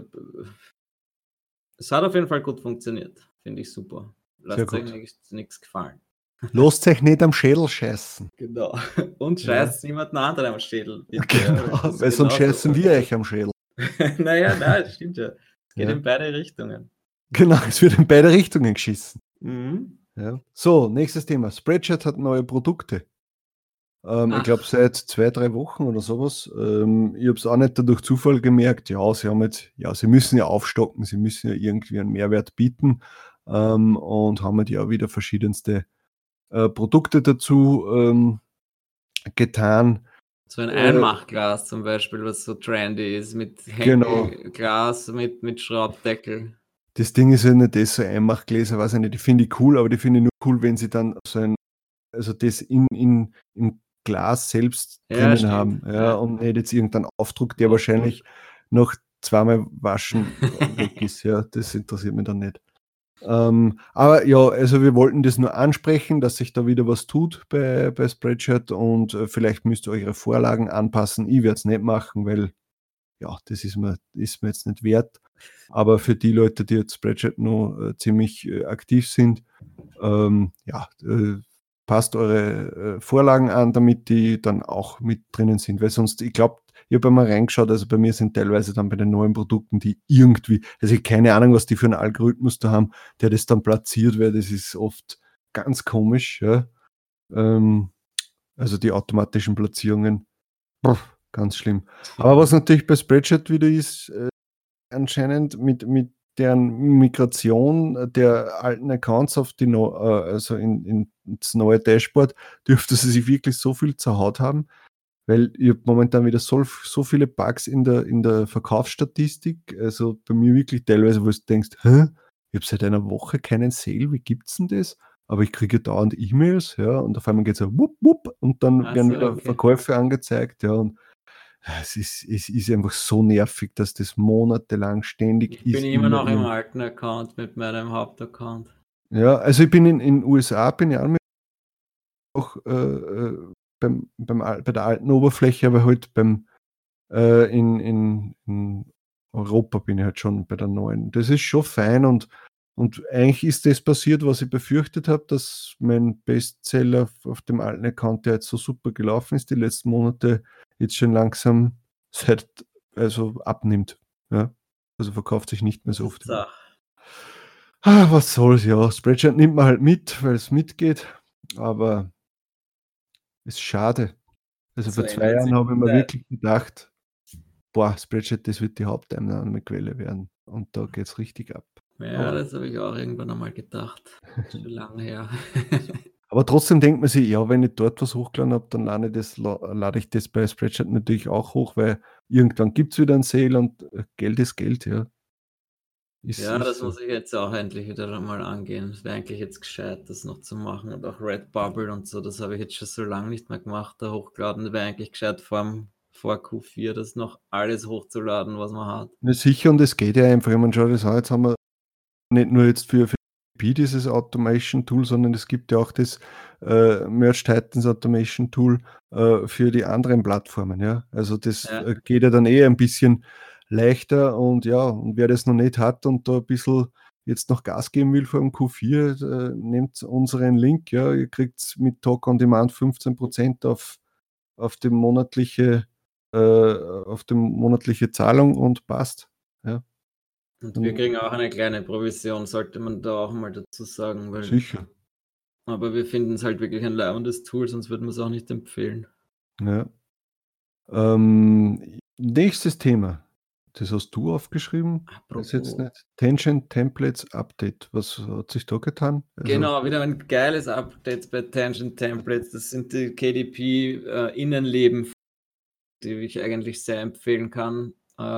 es hat auf jeden Fall gut funktioniert. Finde ich super. Lasst euch nichts gefallen. Lasst euch nicht am Schädel scheißen. Genau. Und scheißt niemanden anderen am Schädel. Bitte. Genau, weil sonst scheißen wir euch am Schädel. Naja, das stimmt ja. Es geht in beide Richtungen. Genau, es wird in beide Richtungen geschissen. Mhm. Ja. So, nächstes Thema. Spreadshirt hat neue Produkte. Ich glaube seit 2-3 Wochen oder sowas. Ich habe es auch nicht durch Zufall gemerkt. Ja, sie müssen ja aufstocken, sie müssen ja irgendwie einen Mehrwert bieten und haben halt ja wieder verschiedenste Produkte dazu getan. So ein Einmachglas zum Beispiel, was so trendy ist, mit Glas, mit Schraubdeckel. Das Ding ist ja nicht das, so Einmachgläser, weiß ich nicht, die finde ich cool, aber die finde ich nur cool, wenn sie dann also das im Glas selbst drinnen haben. Ja, und nicht jetzt irgendeinen Aufdruck, der wahrscheinlich noch 2-mal waschen weg ist. Ja, das interessiert mich dann nicht. Aber ja, also wir wollten das nur ansprechen, dass sich da wieder was tut bei Spreadshirt und vielleicht müsst ihr eure Vorlagen anpassen. Ich werde es nicht machen, weil ja, das ist mir jetzt nicht wert. Aber für die Leute, die jetzt Spreadshirt noch ziemlich aktiv sind, passt eure Vorlagen an, damit die dann auch mit drinnen sind. Weil sonst, ich glaube, ich habe einmal reingeschaut, also bei mir sind teilweise dann bei den neuen Produkten, die irgendwie, also ich habe keine Ahnung, was die für einen Algorithmus da haben, der das dann platziert, weil das ist oft ganz komisch. Ja. Also die automatischen Platzierungen, ganz schlimm. Aber was natürlich bei Spreadshirt wieder ist, anscheinend mit deren Migration der alten Accounts auf die also in das neue Dashboard dürfte sie sich wirklich so viel zerhaut haben, weil ich habe momentan wieder so viele Bugs in der Verkaufsstatistik. Also bei mir wirklich teilweise, wo du denkst, hä? Ich habe seit einer Woche keinen Sale, wie gibt's denn das? Aber ich kriege dauernd E-Mails, ja, und auf einmal geht so wupp, wupp, und dann Ach werden so, wieder okay. Verkäufe angezeigt, ja, und es ist einfach so nervig, dass das monatelang ständig Ich bin ist. immer noch im alten Account mit meinem Hauptaccount. Ja, also ich bin in USA, bin ich auch bei der alten Oberfläche, aber halt in Europa bin ich halt schon bei der neuen. Das ist schon fein und eigentlich ist das passiert, was ich befürchtet habe, dass mein Bestseller auf dem alten Account, der jetzt so super gelaufen ist, die letzten Monate jetzt schon langsam also abnimmt. Ja? Also verkauft sich nicht mehr Das so ist oft. Sache. Was soll's, ja. Spreadshirt nimmt man halt mit, weil es mitgeht, aber ist schade. Also So vor 2 ändert Jahren sich habe ich die mir Zeit. wirklich gedacht, boah, Spreadshirt, das wird die Haupteinnahmequelle werden. Und da geht's richtig ab. Ja, das habe ich auch irgendwann einmal gedacht. Ist schon lange her. Aber trotzdem denkt man sich, ja, wenn ich dort was hochgeladen habe, dann lade ich das bei Spreadshirt natürlich auch hoch, weil irgendwann gibt es wieder einen Sale und Geld ist Geld, ja. Ja, das So. muss ich jetzt auch endlich wieder mal angehen. Es wäre eigentlich jetzt gescheit, das noch zu machen. Und auch Redbubble und so, das habe ich jetzt schon so lange nicht mehr gemacht, da hochgeladen. Wäre eigentlich gescheit vor Q4, das noch alles hochzuladen, was man hat. Ja, sicher, und es geht ja einfach. Ich meine, schau das an, jetzt haben wir nicht nur jetzt für dieses Automation-Tool, sondern es gibt ja auch das Merge Titans Automation-Tool für die anderen Plattformen. Ja? Also das Ja. geht ja dann ein bisschen leichter und ja, und wer das noch nicht hat und da ein bisschen jetzt noch Gas geben will vor dem Q4, nehmt unseren Link. Ja? Ihr kriegt mit Talk on Demand 15% auf die monatliche Zahlung und passt. Ja? Und wir kriegen auch eine kleine Provision, sollte man da auch mal dazu sagen. Weil, Sicher. aber wir finden es halt wirklich ein leibendes Tool, sonst würden wir es auch nicht empfehlen. Ja. Nächstes Thema. Das hast du aufgeschrieben. Das ist jetzt Apropos. nicht. Tangent Templates Update. Was hat sich da getan? Also, Genau, wieder ein geiles Update bei Tangent Templates. Das sind die KDP Innenleben, die ich eigentlich sehr empfehlen kann.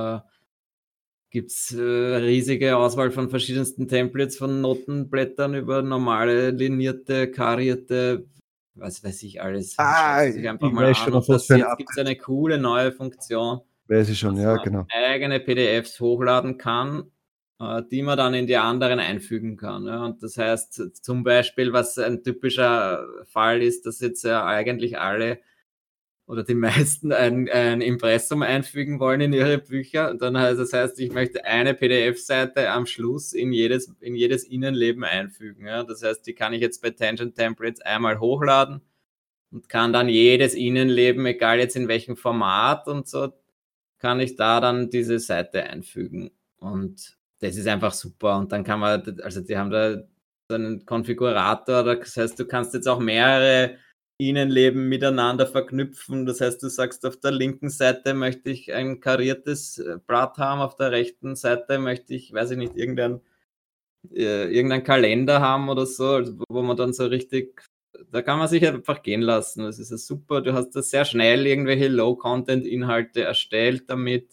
Gibt es riesige Auswahl von verschiedensten Templates, von Notenblättern über normale, linierte, karierte, was weiß ich alles. Schaut sie sich einfach ich mal weiß schon, an. auf Und was für ein jetzt gibt es eine coole neue Funktion, Weiß ich schon, dass ja, man genau. eigene PDFs hochladen kann, die man dann in die anderen einfügen kann. Ja. Und das heißt zum Beispiel, was ein typischer Fall ist, dass jetzt ja eigentlich alle oder die meisten ein Impressum einfügen wollen in ihre Bücher. Und dann das heißt, ich möchte eine PDF-Seite am Schluss in jedes Innenleben einfügen. Ja. Das heißt, die kann ich jetzt bei Tangent Templates einmal hochladen und kann dann jedes Innenleben, egal jetzt in welchem Format und so, kann ich da dann diese Seite einfügen. Und das ist einfach super. Und dann kann man, also die haben da so einen Konfigurator, das heißt, du kannst jetzt auch mehrere Innenleben miteinander verknüpfen. Das heißt, du sagst, auf der linken Seite möchte ich ein kariertes Blatt haben, auf der rechten Seite möchte ich, weiß ich nicht, irgendein Kalender haben oder so, also wo man dann so richtig, da kann man sich einfach gehen lassen. Das ist ja super. Du hast da sehr schnell irgendwelche Low-Content-Inhalte erstellt damit.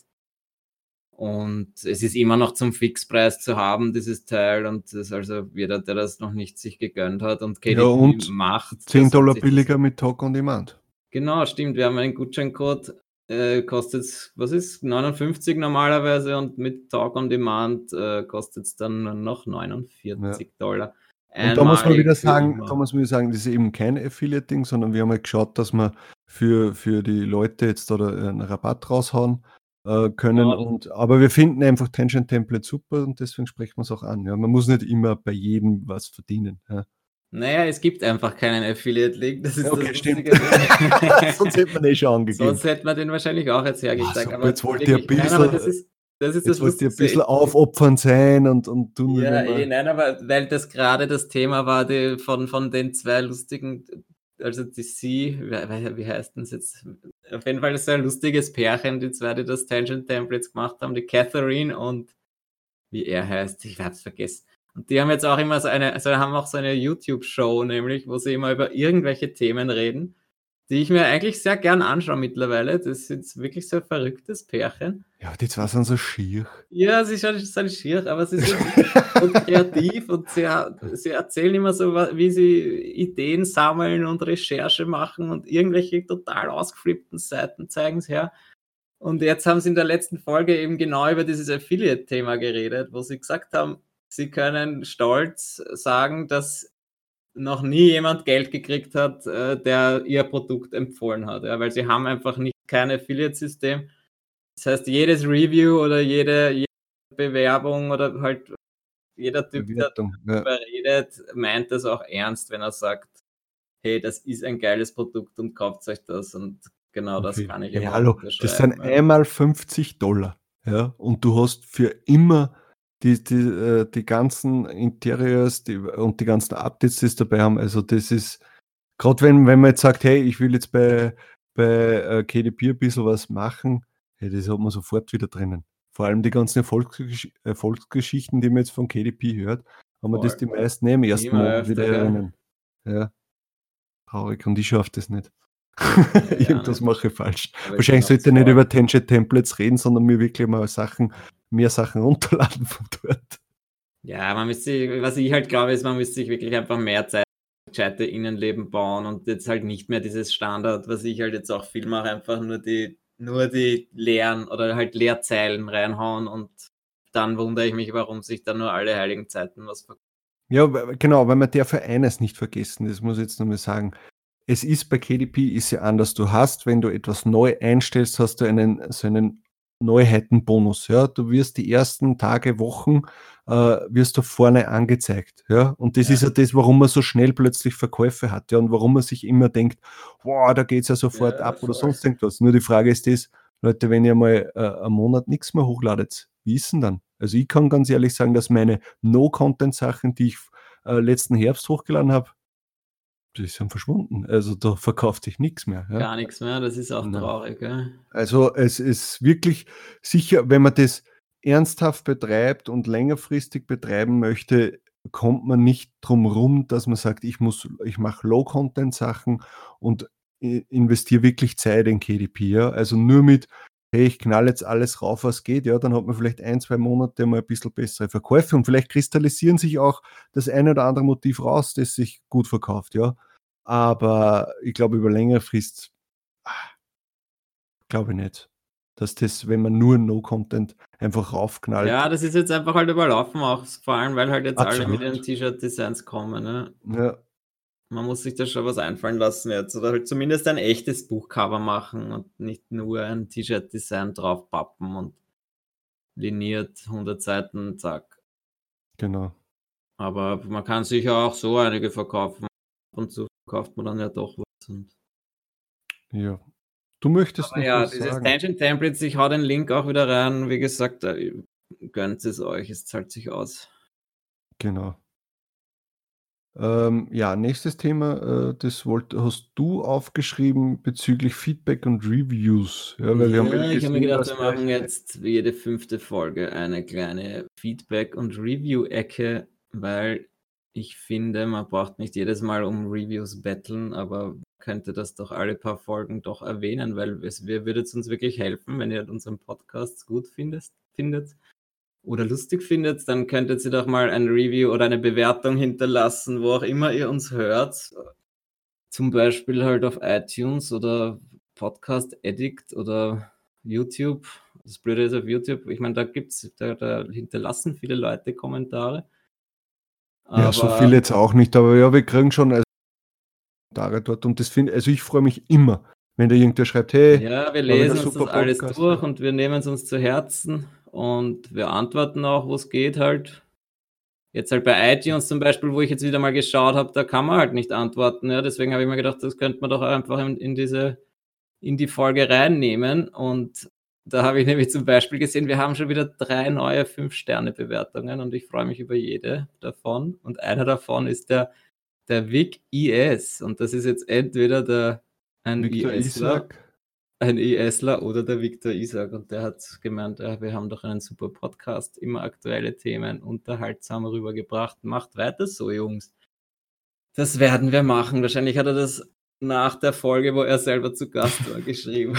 Und es ist immer noch zum Fixpreis zu haben, dieses Teil. Und das ist also jeder, der das noch nicht sich gegönnt hat und KDP Ja, und macht. $10 billiger mit Talk on Demand. Genau, stimmt. Wir haben einen Gutscheincode, kostet, was ist, 59 normalerweise und mit Talk on Demand kostet es dann nur noch $49. Und da muss man wieder Einmalig für sagen, immer. das ist eben kein Affiliate-Ding, sondern wir haben halt geschaut, dass wir für die Leute jetzt da einen Rabatt raushauen können. Ja. Aber wir finden einfach Tangent Template super und deswegen sprechen wir es auch an. Ja. Man muss nicht immer bei jedem was verdienen. Ja. Naja, es gibt einfach keinen Affiliate-Link. Das ist Okay, das stimmt. Lustige. Sonst hätte man schon angegeben. Sonst hätte man den wahrscheinlich auch jetzt hergezeigt. Super, aber jetzt wollt ihr ein wirklich, nein, aber bisschen, das ist jetzt das wollt ihr ein Lustigste. bisschen aufopfern sein und tun wir Ja, immer. nein, aber weil das gerade das Thema war, von den zwei lustigen, also die wie heißt denn das jetzt? Auf jeden Fall ist so ein lustiges Pärchen, die zwei, die das Tangent Templates gemacht haben, die Catherine und wie er heißt, ich hab's vergessen. Und die haben jetzt auch immer haben auch so eine YouTube-Show, nämlich, wo sie immer über irgendwelche Themen reden, die ich mir eigentlich sehr gern anschaue mittlerweile. Das ist wirklich so ein verrücktes Pärchen. Ja, die zwei sind so schier. Ja, sie sind schier, aber sie sind so kreativ und sie erzählen immer so, wie sie Ideen sammeln und Recherche machen und irgendwelche total ausgeflippten Seiten zeigen es her. Und jetzt haben sie in der letzten Folge eben genau über dieses Affiliate-Thema geredet, wo sie gesagt haben, sie können stolz sagen, dass noch nie jemand Geld gekriegt hat, der ihr Produkt empfohlen hat, ja, weil sie haben einfach kein Affiliate-System. Das heißt, jedes Review oder jede Bewerbung oder halt jeder Typ, der darüber redet, meint das auch ernst, wenn er sagt, hey, das ist ein geiles Produkt und kauft euch das, und genau das kann ich immer unterschreiben. Das sind einmal $50, ja, und du hast für immer die ganzen Interiors und die ganzen Updates, die es dabei haben. Also das ist, gerade wenn man jetzt sagt, hey, ich will jetzt bei KDP ein bisschen was machen, hey, das hat man sofort wieder drinnen. Vor allem die ganzen Erfolgsgeschichten, die man jetzt von KDP hört, haben wir das die meisten im ersten Monat wieder erinnern. Ja. Traurig, und ich schaffe das nicht. Ja, irgendwas mache ich falsch. Wahrscheinlich sollte ich nicht über Tangent Templates reden, sondern mir wirklich mal mehr Sachen runterladen von dort. Ja, was ich halt glaube, ist, man müsste sich wirklich einfach mehr Zeit gescheite Innenleben bauen und jetzt halt nicht mehr dieses Standard, was ich halt jetzt auch viel mache, einfach nur die leeren oder halt Leerzeilen reinhauen, und dann wundere ich mich, warum sich da nur alle heiligen Zeiten was verkauft. Ja, genau, weil man darf eines nicht vergessen, das muss ich jetzt nochmal sagen. Es ist bei KDP ist ja anders. Du hast, wenn du etwas neu einstellst, hast du so einen Neuheitenbonus. Ja? Du wirst die ersten Tage, Wochen, wirst du vorne angezeigt. Ja? Und das ist ja das, warum man so schnell plötzlich Verkäufe hat. Ja? Und warum man sich immer denkt, wow, da geht es ja sofort ab oder sonst irgendwas. Nur die Frage ist das, Leute, wenn ihr mal einen Monat nichts mehr hochladet, wie ist denn dann? Also ich kann ganz ehrlich sagen, dass meine No-Content-Sachen, die ich letzten Herbst hochgeladen habe, die sind verschwunden. Also da verkauft sich nichts mehr. Ja? Gar nichts mehr, das ist auch traurig. Ja? Also es ist wirklich sicher, wenn man das ernsthaft betreibt und längerfristig betreiben möchte, kommt man nicht drum rum, dass man sagt, ich mache Low-Content-Sachen und investiere wirklich Zeit in KDP. Ja? Also nur mit, hey, ich knall jetzt alles rauf, was geht, ja, dann hat man vielleicht 1-2 Monate mal ein bisschen bessere Verkäufe und vielleicht kristallisieren sich auch das eine oder andere Motiv raus, das sich gut verkauft, ja. Aber ich glaube, über längere Frist glaube ich nicht, dass das, wenn man nur No-Content einfach raufknallt. Ja, das ist jetzt einfach halt überlaufen auch, vor allem, weil halt jetzt alle mit den T-Shirt-Designs kommen. Ne? Ja. Man muss sich da schon was einfallen lassen jetzt, oder halt zumindest ein echtes Buchcover machen und nicht nur ein T-Shirt-Design draufpappen und liniert 100 Seiten, zack. Genau. Aber man kann sicher auch so einige verkaufen. Und so kauft man dann ja doch was. Und ja. Du möchtest aber noch ja, was dieses sagen? Tangent Templates, ich hau den Link auch wieder rein. Wie gesagt, gönnt es euch, es zahlt sich aus. Genau. Ja, nächstes Thema, das hast du aufgeschrieben bezüglich Feedback und Reviews. Ja, weil ich habe mir gedacht, wir machen jetzt jede 5. Folge eine kleine Feedback- und Review-Ecke, weil ich finde, man braucht nicht jedes Mal um Reviews betteln, aber könnte das doch alle paar Folgen doch erwähnen, weil würde es uns wirklich helfen, wenn ihr unseren Podcast gut findet oder lustig findet, dann könntet ihr doch mal ein Review oder eine Bewertung hinterlassen, wo auch immer ihr uns hört. Zum Beispiel halt auf iTunes oder Podcast Addict oder YouTube. Das Blöde ist auf YouTube, ich meine, da hinterlassen viele Leute Kommentare. Ja, so viele jetzt auch nicht, aber ja, wir kriegen schon Kommentare dort und also ich freue mich immer, wenn da irgendwer schreibt, hey, ja, wir lesen uns das alles durch und wir nehmen es uns zu Herzen und wir antworten auch, wo es geht halt. Jetzt halt bei iTunes zum Beispiel, wo ich jetzt wieder mal geschaut habe, da kann man halt nicht antworten. Ja, deswegen habe ich mir gedacht, das könnte man doch einfach in die Folge reinnehmen. Und da habe ich nämlich zum Beispiel gesehen, wir haben schon wieder 3 neue 5-Sterne-Bewertungen und ich freue mich über jede davon. Und einer davon ist der Vic IS. Und das ist jetzt entweder ein Victor ISler ein ISler oder der Viktor Isaac und der hat gemeint, wir haben doch einen super Podcast, immer aktuelle Themen unterhaltsam rübergebracht. Macht weiter so, Jungs. Das werden wir machen. Wahrscheinlich hat er das nach der Folge, wo er selber zu Gast war, geschrieben.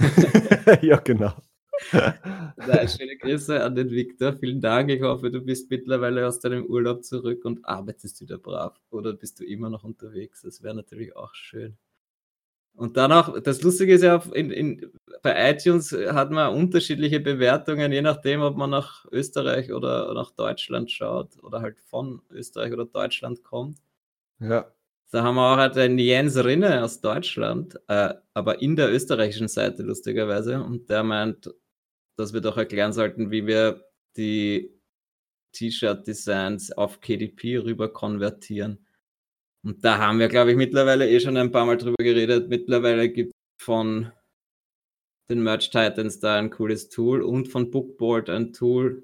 Ja, genau. Nein, schöne Grüße an den Viktor. Vielen Dank. Ich hoffe, du bist mittlerweile aus deinem Urlaub zurück und arbeitest wieder brav. Oder bist du immer noch unterwegs? Das wäre natürlich auch schön. Und dann auch, das Lustige ist ja, bei iTunes hat man unterschiedliche Bewertungen, je nachdem, ob man nach Österreich oder nach Deutschland schaut oder halt von Österreich oder Deutschland kommt. Ja. Da haben wir auch halt den Jens Rinne aus Deutschland, aber in der österreichischen Seite lustigerweise. Und der meint, dass wir doch erklären sollten, wie wir die T-Shirt-Designs auf KDP rüber konvertieren. Und da haben wir, glaube ich, mittlerweile schon ein paar Mal drüber geredet. Mittlerweile gibt es von den Merch Titans da ein cooles Tool und von Bookboard ein Tool.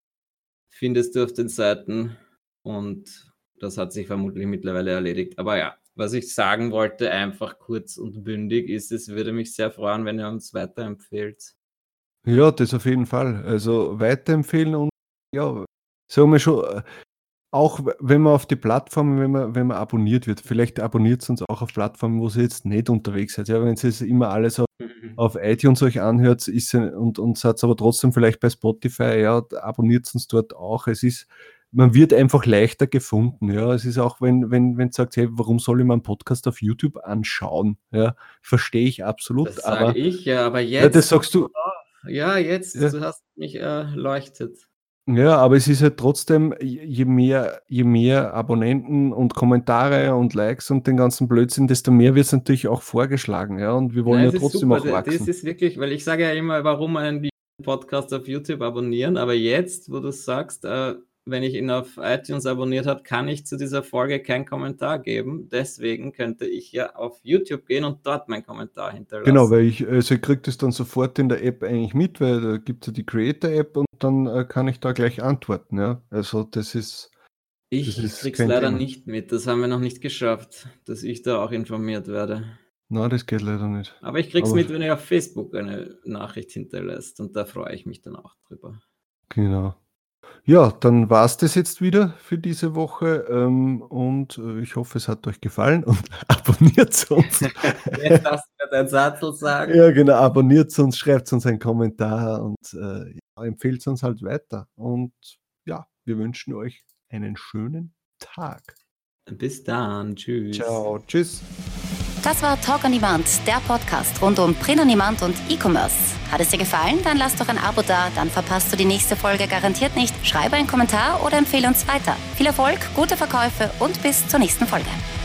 Findest du auf den Seiten. Und das hat sich vermutlich mittlerweile erledigt. Aber ja, was ich sagen wollte, einfach kurz und bündig, ist, es würde mich sehr freuen, wenn ihr uns weiterempfehlt. Ja, das auf jeden Fall. Also weiterempfehlen und ja, sagen wir schon, auch wenn man auf die Plattform, wenn man abonniert wird, vielleicht abonniert es uns auch auf Plattformen, wo ihr jetzt nicht unterwegs seid. Ja, wenn ihr es immer alles auf iTunes euch anhört und seid aber trotzdem vielleicht bei Spotify, ja, abonniert uns dort auch. Man wird einfach leichter gefunden. Ja, es ist auch, wenn ihr sagt, hey, warum soll ich mir einen Podcast auf YouTube anschauen? Ja, verstehe ich absolut. Das sage ich, ja, aber jetzt. Ja, das sagst du. Ja, jetzt, ja. Du hast mich erleuchtet. Ja, aber es ist halt trotzdem, je mehr Abonnenten und Kommentare und Likes und den ganzen Blödsinn, desto mehr wird es natürlich auch vorgeschlagen, ja, und wir wollen ja trotzdem auch wachsen. Das ist wirklich, weil ich sage ja immer, warum einen Podcast auf YouTube abonnieren, aber jetzt, wo du sagst, wenn ich ihn auf iTunes abonniert habe, kann ich zu dieser Folge keinen Kommentar geben. Deswegen könnte ich ja auf YouTube gehen und dort meinen Kommentar hinterlassen. Genau, weil ich kriege das dann sofort in der App eigentlich mit, weil da gibt es ja die Creator-App und dann kann ich da gleich antworten. Ja? Also das ist... Ich krieg's leider nicht mit. Das haben wir noch nicht geschafft, dass ich da auch informiert werde. Nein, das geht leider nicht. Aber ich krieg's mit, wenn ihr auf Facebook eine Nachricht hinterlässt und da freue ich mich dann auch drüber. Genau. Ja, dann war es das jetzt wieder für diese Woche und ich hoffe, es hat euch gefallen und abonniert uns. Jetzt darfst du deinen Sattel sagen. Ja, genau, abonniert uns, schreibt uns einen Kommentar und empfehlt uns halt weiter. Und ja, wir wünschen euch einen schönen Tag. Bis dann, tschüss. Ciao, tschüss. Das war Talk on Demand, der Podcast rund um Print on Demand und E-Commerce. Hat es dir gefallen? Dann lass doch ein Abo da, dann verpasst du die nächste Folge garantiert nicht. Schreibe einen Kommentar oder empfehle uns weiter. Viel Erfolg, gute Verkäufe und bis zur nächsten Folge.